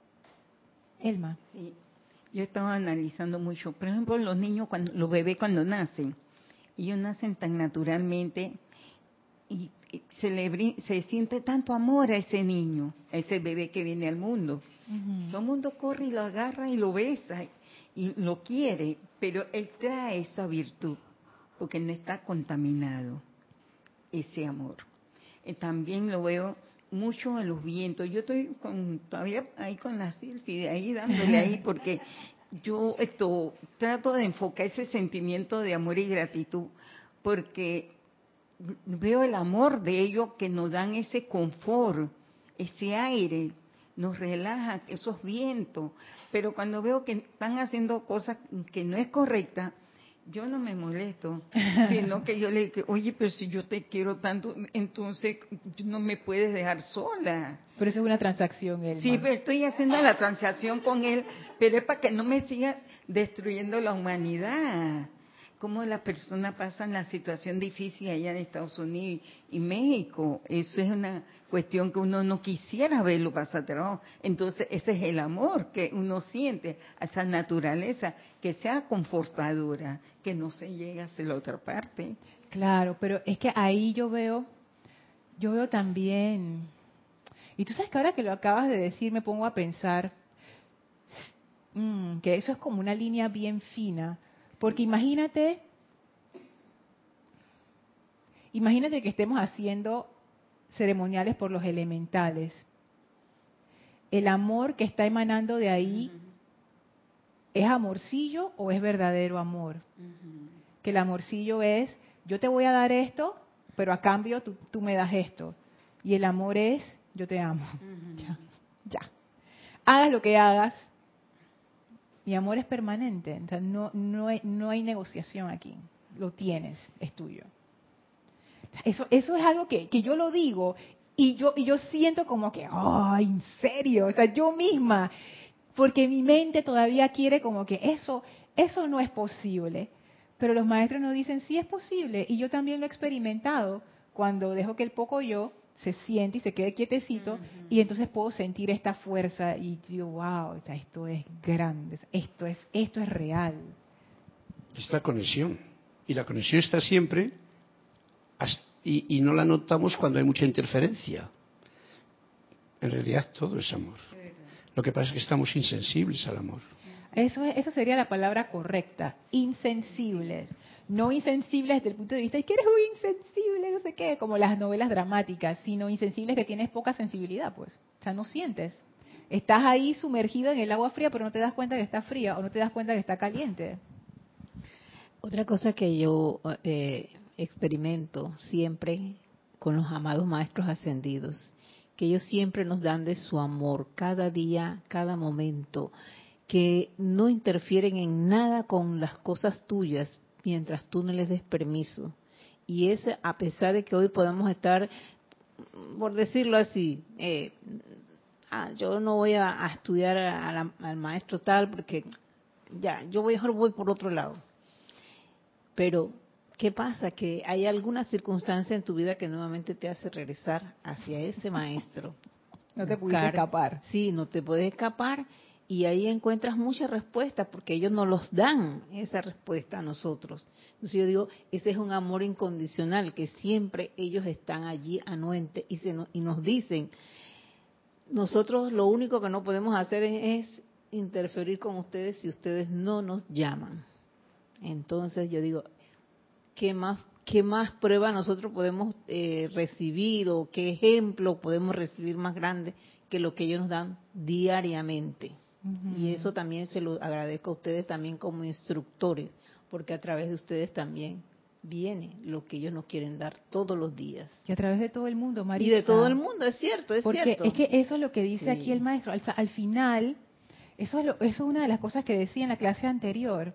Elma. Sí, yo estaba analizando mucho. Por ejemplo, los niños, los bebés cuando nacen, ellos nacen tan naturalmente y se siente tanto amor a ese niño, a ese bebé que viene al mundo. Todo el mundo corre y lo agarra y lo besa y lo quiere, pero él trae esa virtud porque no está contaminado ese amor. También lo veo mucho en los vientos. Yo estoy todavía ahí con la Silfi, ahí dándole ahí, porque yo trato de enfocar ese sentimiento de amor y gratitud, porque veo el amor de ellos que nos dan ese confort, ese aire, nos relaja esos vientos. Pero cuando veo que están haciendo cosas que no es correcta, yo no me molesto, sino que yo le digo, oye, pero si yo te quiero tanto, entonces no me puedes dejar sola. Pero eso es una transacción, Elma. Sí, pero estoy haciendo la transacción con él, pero es para que no me siga destruyendo la humanidad. Cómo las personas pasan la situación difícil allá en Estados Unidos y México. Eso es una cuestión que uno no quisiera verlo pasar trabajo. Entonces, ese es el amor que uno siente a esa naturaleza, que sea confortadora, que no se llegue hacia la otra parte. Claro, pero es que ahí yo veo también, y tú sabes que ahora que lo acabas de decir me pongo a pensar que eso es como una línea bien fina, porque imagínate que estemos haciendo ceremoniales por los elementales. El amor que está emanando de ahí, ¿es amorcillo o es verdadero amor? Que el amorcillo es, yo te voy a dar esto, pero a cambio tú me das esto. Y el amor es, yo te amo. Ya. Hagas lo que hagas, mi amor es permanente. O sea, no hay negociación aquí. Lo tienes, es tuyo. Eso es algo que yo lo digo y yo siento como que, ¡ay, en serio! O sea, yo misma, porque mi mente todavía quiere como que eso no es posible. Pero los maestros nos dicen, sí es posible. Y yo también lo he experimentado cuando dejo que el poco yo se siente y se quede quietecito y entonces puedo sentir esta fuerza y digo, wow, o sea, esto es grande, esto es real. Esta conexión. Y la conexión está siempre y no la notamos cuando hay mucha interferencia. En realidad todo es amor. Lo que pasa es que estamos insensibles al amor. Eso sería la palabra correcta, insensibles. No insensibles desde el punto de vista de que eres muy insensible, no sé qué, como las novelas dramáticas, sino insensibles que tienes poca sensibilidad, pues. O sea, no sientes. Estás ahí sumergido en el agua fría, pero no te das cuenta que está fría o no te das cuenta que está caliente. Otra cosa que yo experimento siempre con los amados maestros ascendidos, que ellos siempre nos dan de su amor, cada día, cada momento, que no interfieren en nada con las cosas tuyas mientras tú no les des permiso. Y es a pesar de que hoy podamos estar, por decirlo así, yo no voy a estudiar al maestro tal porque ya, yo mejor voy por otro lado. Pero, ¿qué pasa? Que hay alguna circunstancia en tu vida que nuevamente te hace regresar hacia ese maestro. No te pudiste escapar. Sí, no te puedes escapar y ahí encuentras muchas respuestas porque ellos nos los dan esa respuesta a nosotros. Entonces yo digo, ese es un amor incondicional, que siempre ellos están allí anuentes y nos dicen, nosotros lo único que no podemos hacer es interferir con ustedes si ustedes no nos llaman. Entonces yo digo, ¿qué más prueba nosotros podemos recibir o qué ejemplo podemos recibir más grande que lo que ellos nos dan diariamente? Y eso también se lo agradezco a ustedes también como instructores, porque a través de ustedes también viene lo que ellos nos quieren dar todos los días. Y a través de todo el mundo, María. Y de todo el mundo, es cierto, es porque cierto. Es que eso es lo que dice Sí. aquí el maestro. Al final, eso es una de las cosas que decía en la clase anterior.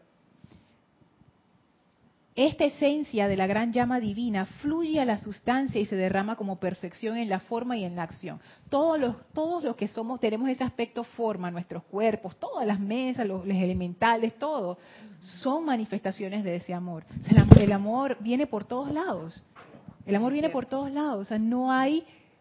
Esta esencia de la gran llama divina fluye a la sustancia y se derrama como perfección en la forma y en la acción. Todos los que somos, tenemos ese aspecto forma, nuestros cuerpos, todas las mesas, los elementales, todo, son manifestaciones de ese amor. O sea, el amor viene por todos lados. El amor viene por todos lados. O sea, no hay,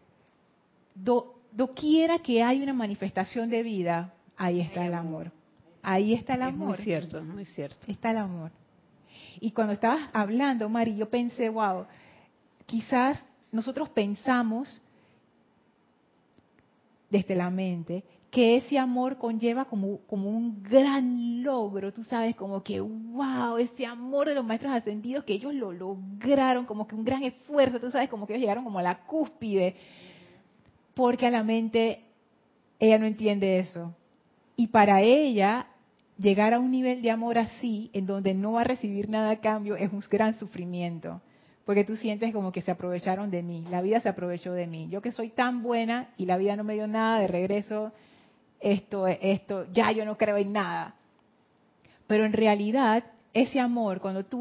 doquiera que hay una manifestación de vida, ahí está el amor. Ahí está el amor. Es muy cierto, muy cierto. Está el amor. Y cuando estabas hablando, Mari, yo pensé, wow, quizás nosotros pensamos desde la mente que ese amor conlleva como un gran logro, tú sabes, como que, wow, ese amor de los maestros ascendidos, que ellos lo lograron, como que un gran esfuerzo, tú sabes, como que ellos llegaron como a la cúspide, porque a la mente ella no entiende eso. Y para ella, llegar a un nivel de amor así, en donde no va a recibir nada a cambio, es un gran sufrimiento. Porque tú sientes como que se aprovecharon de mí, la vida se aprovechó de mí. Yo que soy tan buena y la vida no me dio nada de regreso, esto, ya yo no creo en nada. Pero en realidad, ese amor, cuando tú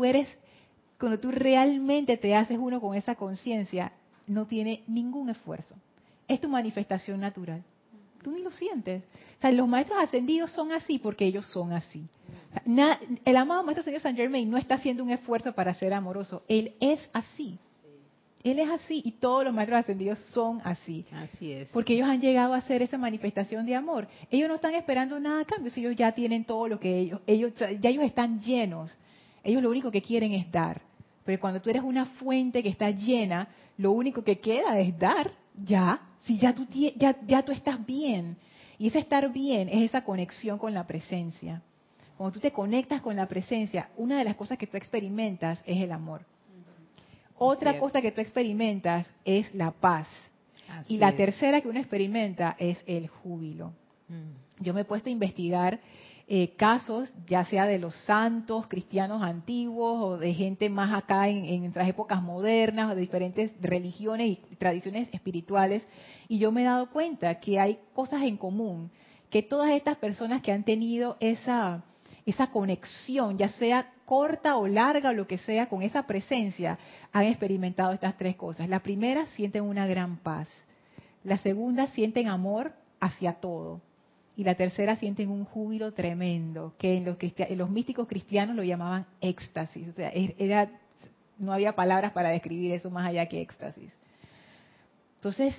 realmente te haces uno con esa conciencia, no tiene ningún esfuerzo. Es tu manifestación natural. Tú ni lo sientes. O sea, los maestros ascendidos son así porque ellos son así. O sea, el amado maestro ascendido Saint Germain no está haciendo un esfuerzo para ser amoroso. Él es así. Él es así y todos los maestros ascendidos son así. Así es. Porque ellos han llegado a hacer esa manifestación de amor. Ellos no están esperando nada a cambio, si ellos ya tienen todo lo que ellos están llenos. Ellos lo único que quieren es dar. Pero cuando tú eres una fuente que está llena, lo único que queda es dar, ya. Si ya tú estás bien. Y ese estar bien es esa conexión con la presencia. Cuando tú te conectas con la presencia, una de las cosas que tú experimentas es el amor. Otra cosa que tú experimentas es la paz. Y la tercera que uno experimenta es el júbilo. Yo me he puesto a investigar casos, ya sea de los santos cristianos antiguos o de gente más acá en nuestras épocas modernas o de diferentes religiones y tradiciones espirituales, y yo me he dado cuenta que hay cosas en común, que todas estas personas que han tenido esa conexión, ya sea corta o larga o lo que sea, con esa presencia, han experimentado estas tres cosas. La primera, sienten una gran paz. La segunda, sienten amor hacia todo. Y la tercera, sienten un júbilo tremendo, que en los místicos cristianos lo llamaban éxtasis. O sea, no había palabras para describir eso más allá que éxtasis. Entonces,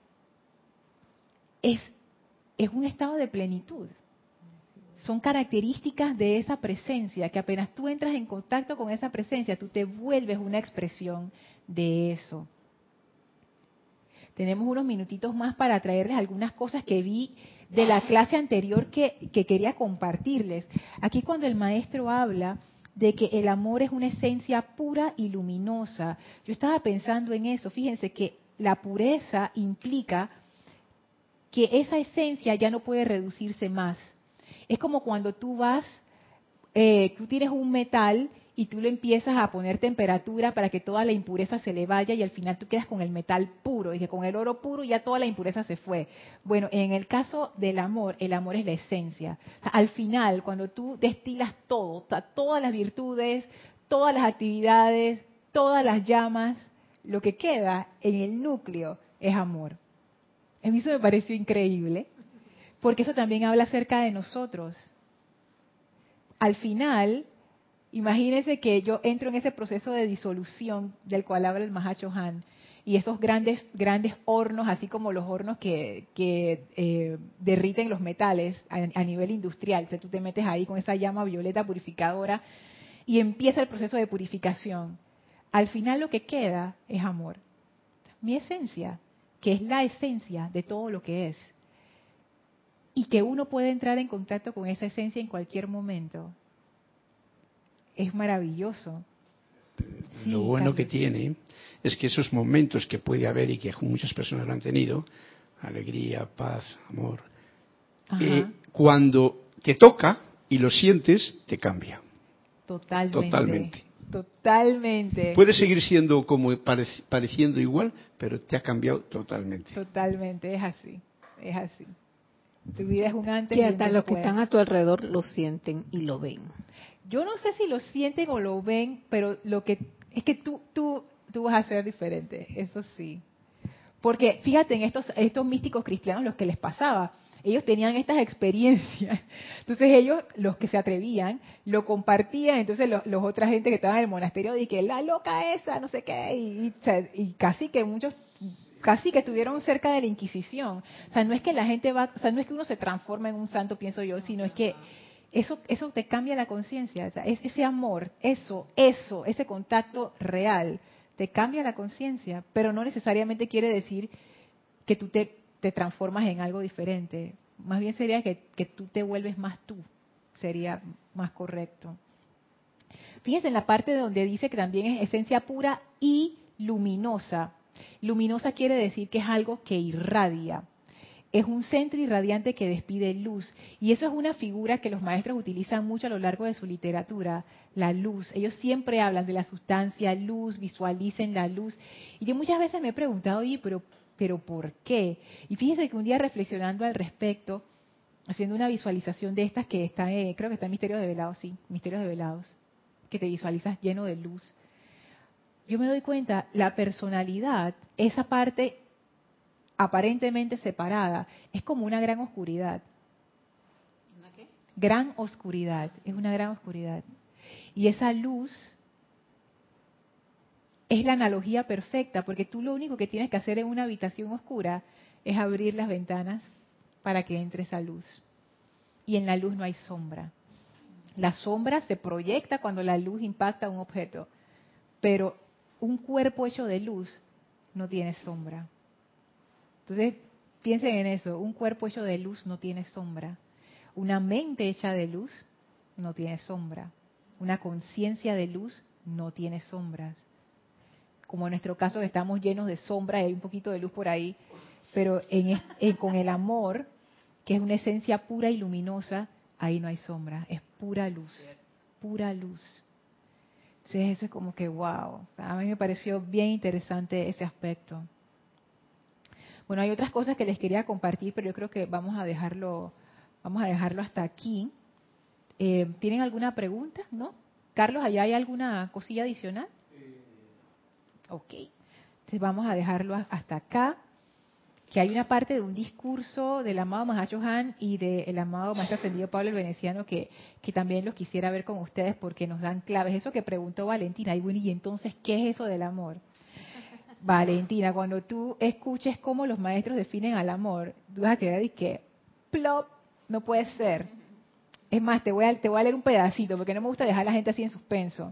es un estado de plenitud. Son características de esa presencia, que apenas tú entras en contacto con esa presencia, tú te vuelves una expresión de eso. Tenemos unos minutitos más para traerles algunas cosas que vi de la clase anterior que quería compartirles. Aquí cuando el maestro habla de que el amor es una esencia pura y luminosa, yo estaba pensando en eso. Fíjense que la pureza implica que esa esencia ya no puede reducirse más. Es como cuando tú tú tienes un metal y tú le empiezas a poner temperatura para que toda la impureza se le vaya y al final tú quedas con el metal puro, y que con el oro puro ya toda la impureza se fue. Bueno, en el caso del amor, el amor es la esencia. O sea, al final, cuando tú destilas todo, o sea, todas las virtudes, todas las actividades, todas las llamas, lo que queda en el núcleo es amor. A mí eso me pareció increíble, porque eso también habla acerca de nosotros. Al final, imagínense que yo entro en ese proceso de disolución del cual habla el Mahachohan, y esos grandes hornos, así como los hornos que derriten los metales a nivel industrial. O sea, tú te metes ahí con esa llama violeta purificadora y empieza el proceso de purificación. Al final lo que queda es amor. Mi esencia, que es la esencia de todo lo que es. Y que uno puede entrar en contacto con esa esencia en cualquier momento. Es maravilloso. Sí, lo bueno Carlos. que tiene es que esos momentos que puede haber y que muchas personas lo han tenido, alegría, paz, amor, cuando te toca y lo sientes, te cambia. Totalmente. Totalmente. Puede seguir siendo como pareciendo igual, pero te ha cambiado totalmente. Totalmente, es así. Es así. Tu vida es un antes Que y un hasta después. los que están a tu alrededor lo sienten y lo ven. Yo no sé si lo sienten o lo ven, pero lo que es que tú vas a ser diferente, eso sí. Porque fíjate en estos místicos cristianos los que les pasaba, ellos tenían estas experiencias, entonces ellos, los que se atrevían, lo compartían, entonces los otra gente que estaba en el monasterio dije, la loca esa, no sé qué, y casi que muchos casi que estuvieron cerca de la Inquisición. O sea, no es que la gente o sea, no es que uno se transforma en un santo, pienso yo, sino es que eso te cambia la conciencia. O sea, ese amor, ese contacto real, te cambia la conciencia, pero no necesariamente quiere decir que tú te transformas en algo diferente. Más bien sería que tú te vuelves más tú, sería más correcto. Fíjense en la parte donde dice que también es esencia pura y luminosa. Luminosa quiere decir que es algo que irradia. Es un centro irradiante que despide luz. Y eso es una figura que los maestros utilizan mucho a lo largo de su literatura, la luz. Ellos siempre hablan de la sustancia luz, visualicen la luz. Y yo muchas veces me he preguntado, oye, pero ¿por qué? Y fíjense que un día reflexionando al respecto, haciendo una visualización de estas que está, creo que está en Misterios Develados, sí, Misterios Develados, que te visualizas lleno de luz. Yo me doy cuenta, la personalidad, esa parte aparentemente separada, es como una gran oscuridad. ¿Una qué? Gran oscuridad, es una gran oscuridad. Y esa luz es la analogía perfecta, porque tú lo único que tienes que hacer en una habitación oscura es abrir las ventanas para que entre esa luz. Y en la luz no hay sombra. La sombra se proyecta cuando la luz impacta un objeto, pero un cuerpo hecho de luz no tiene sombra. Entonces, piensen en eso, un cuerpo hecho de luz no tiene sombra. Una mente hecha de luz no tiene sombra. Una conciencia de luz no tiene sombras. Como en nuestro caso que estamos llenos de sombra y hay un poquito de luz por ahí, pero con el amor, que es una esencia pura y luminosa, ahí no hay sombra, es pura luz, pura luz. Entonces eso es como que wow, a mí me pareció bien interesante ese aspecto. Bueno, hay otras cosas que les quería compartir, pero yo creo que vamos a dejarlo hasta aquí. ¿Tienen alguna pregunta? ¿No? Carlos, ¿allá hay alguna cosilla adicional? Ok. Entonces vamos a dejarlo hasta acá. Que hay una parte de un discurso del amado Mahacho Han y del amado Maestro Ascendido Pablo el Veneciano que también los quisiera ver con ustedes porque nos dan claves. Eso que preguntó Valentina, y bueno, ¿y entonces qué es eso del amor? Valentina, cuando tú escuches cómo los maestros definen al amor, tú vas a quedar y que, plop, no puede ser. Es más, te voy a leer un pedacito porque no me gusta dejar a la gente así en suspenso.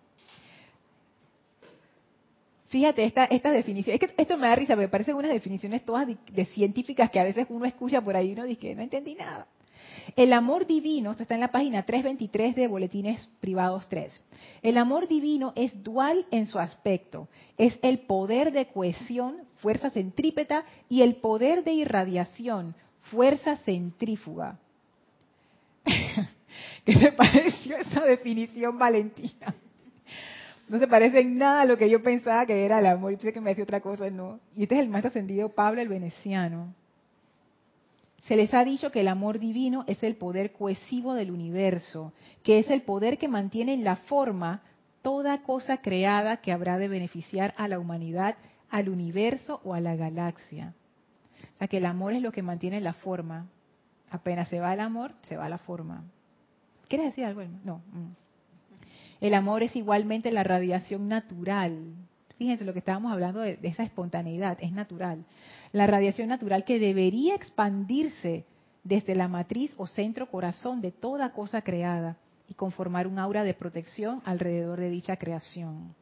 Fíjate, esta definición, es que esto me da risa, me parecen unas definiciones todas de científicas que a veces uno escucha por ahí y uno dice, no entendí nada. El amor divino, esto está en la página 323 de Boletines Privados 3. El amor divino es dual en su aspecto. Es el poder de cohesión, fuerza centrípeta, y el poder de irradiación, fuerza centrífuga. ¿Qué te pareció esa definición, Valentina? No se parece en nada a lo que yo pensaba que era el amor. Yo pensé que me decía otra cosa, no. Y este es el maestro ascendido Pablo el Veneciano. Se les ha dicho que el amor divino es el poder cohesivo del universo, que es el poder que mantiene en la forma toda cosa creada que habrá de beneficiar a la humanidad, al universo o a la galaxia. O sea que el amor es lo que mantiene la forma. Apenas se va el amor, se va la forma. ¿Quieres decir algo? No. El amor es igualmente la radiación natural. fíjense lo que estábamos hablando de esa espontaneidad, es natural. La radiación natural que debería expandirse desde la matriz o centro corazón de toda cosa creada y conformar un aura de protección alrededor de dicha creación.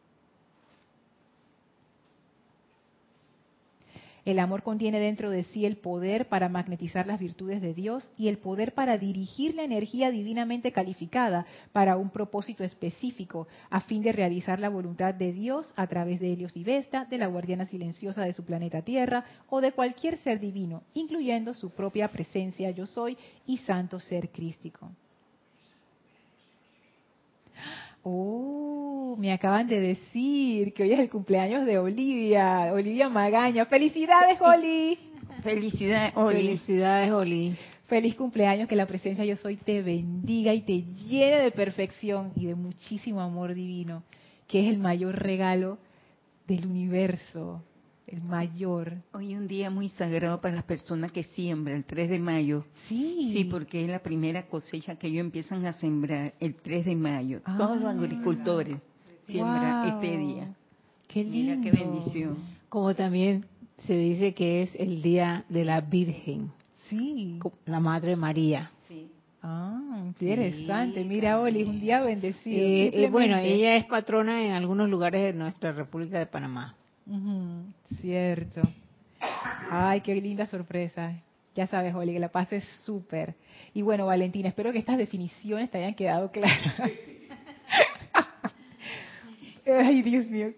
El amor contiene dentro de sí el poder para magnetizar las virtudes de Dios y el poder para dirigir la energía divinamente calificada para un propósito específico, a fin de realizar la voluntad de Dios a través de Helios y Vesta, de la guardiana silenciosa de su planeta Tierra o de cualquier ser divino, incluyendo su propia presencia yo soy y santo ser crístico. Oh, me acaban de decir que hoy es el cumpleaños de Olivia Magaña. ¡Felicidades, Oli! Felicidades, Oli. Felicidades, Oli. Feliz cumpleaños, que la presencia yo soy te bendiga y te llene de perfección y de muchísimo amor divino, que es el mayor regalo del universo, el mayor. Hoy es un día muy sagrado para las personas que siembran, el 3 de mayo. Sí. Sí, porque es la primera cosecha que ellos empiezan a sembrar el 3 de mayo. Todos los agricultores siembran este día. Qué lindo. Mira qué bendición. Como también se dice que es el día de la Virgen, Sí. la Madre María. Sí. Ah, interesante. Sí, Mira, Oli, es un día bendecido. bueno, Simplemente. ella es patrona en algunos lugares de nuestra República de Panamá. Ujú, cierto. Ay, qué linda sorpresa. Ya sabes, Oli, que la pases súper. Y bueno, Valentina, espero que estas definiciones te hayan quedado claras. Ay, Dios mío.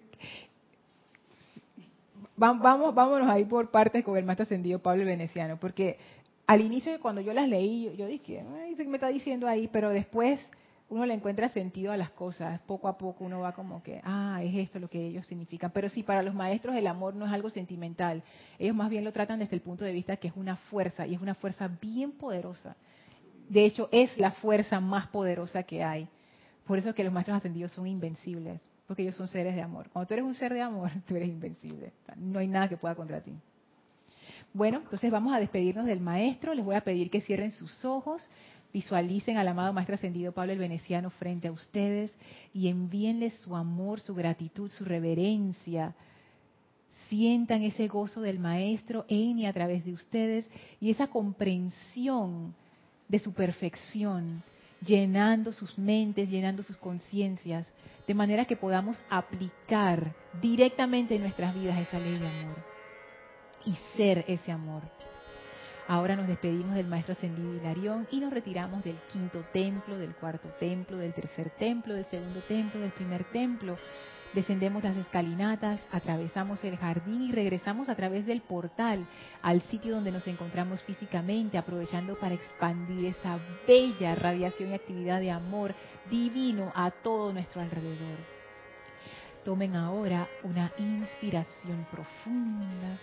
Vámonos ahí por partes con el maestro ascendido Pablo el Veneciano, porque al inicio cuando yo las leí, yo dije, ay, ¿qué me está diciendo ahí? Pero después uno le encuentra sentido a las cosas, poco a poco uno va como que, es esto lo que ellos significan. Pero sí, para los maestros el amor no es algo sentimental, ellos más bien lo tratan desde el punto de vista que es una fuerza, y es una fuerza bien poderosa. De hecho, es la fuerza más poderosa que hay. Por eso es que los maestros ascendidos son invencibles, porque ellos son seres de amor. Cuando tú eres un ser de amor, tú eres invencible. No hay nada que pueda contra ti. Bueno, entonces vamos a despedirnos del maestro. Les voy a pedir que cierren sus ojos, visualicen al amado maestro ascendido Pablo el Veneciano frente a ustedes y envíenles su amor, su gratitud, su reverencia. Sientan ese gozo del maestro en y a través de ustedes y esa comprensión de su perfección, llenando sus mentes, llenando sus conciencias, de manera que podamos aplicar directamente en nuestras vidas esa ley de amor y ser ese amor. Ahora nos despedimos del maestro ascendido Hilarión y nos retiramos del quinto templo, del cuarto templo, del tercer templo, del segundo templo, del primer templo. Descendemos las escalinatas, atravesamos el jardín y regresamos a través del portal al sitio donde nos encontramos físicamente, aprovechando para expandir esa bella radiación y actividad de amor divino a todo nuestro alrededor. Tomen ahora una inspiración profunda.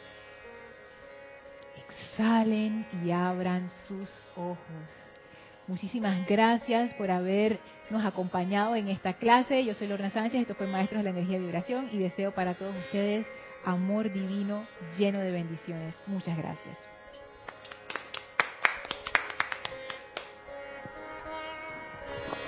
Exhalen y abran sus ojos. Muchísimas gracias por habernos acompañado en esta clase. Yo soy Lorna Sánchez, esto fue Maestros de la Energía y Vibración y deseo para todos ustedes amor divino lleno de bendiciones. Muchas gracias.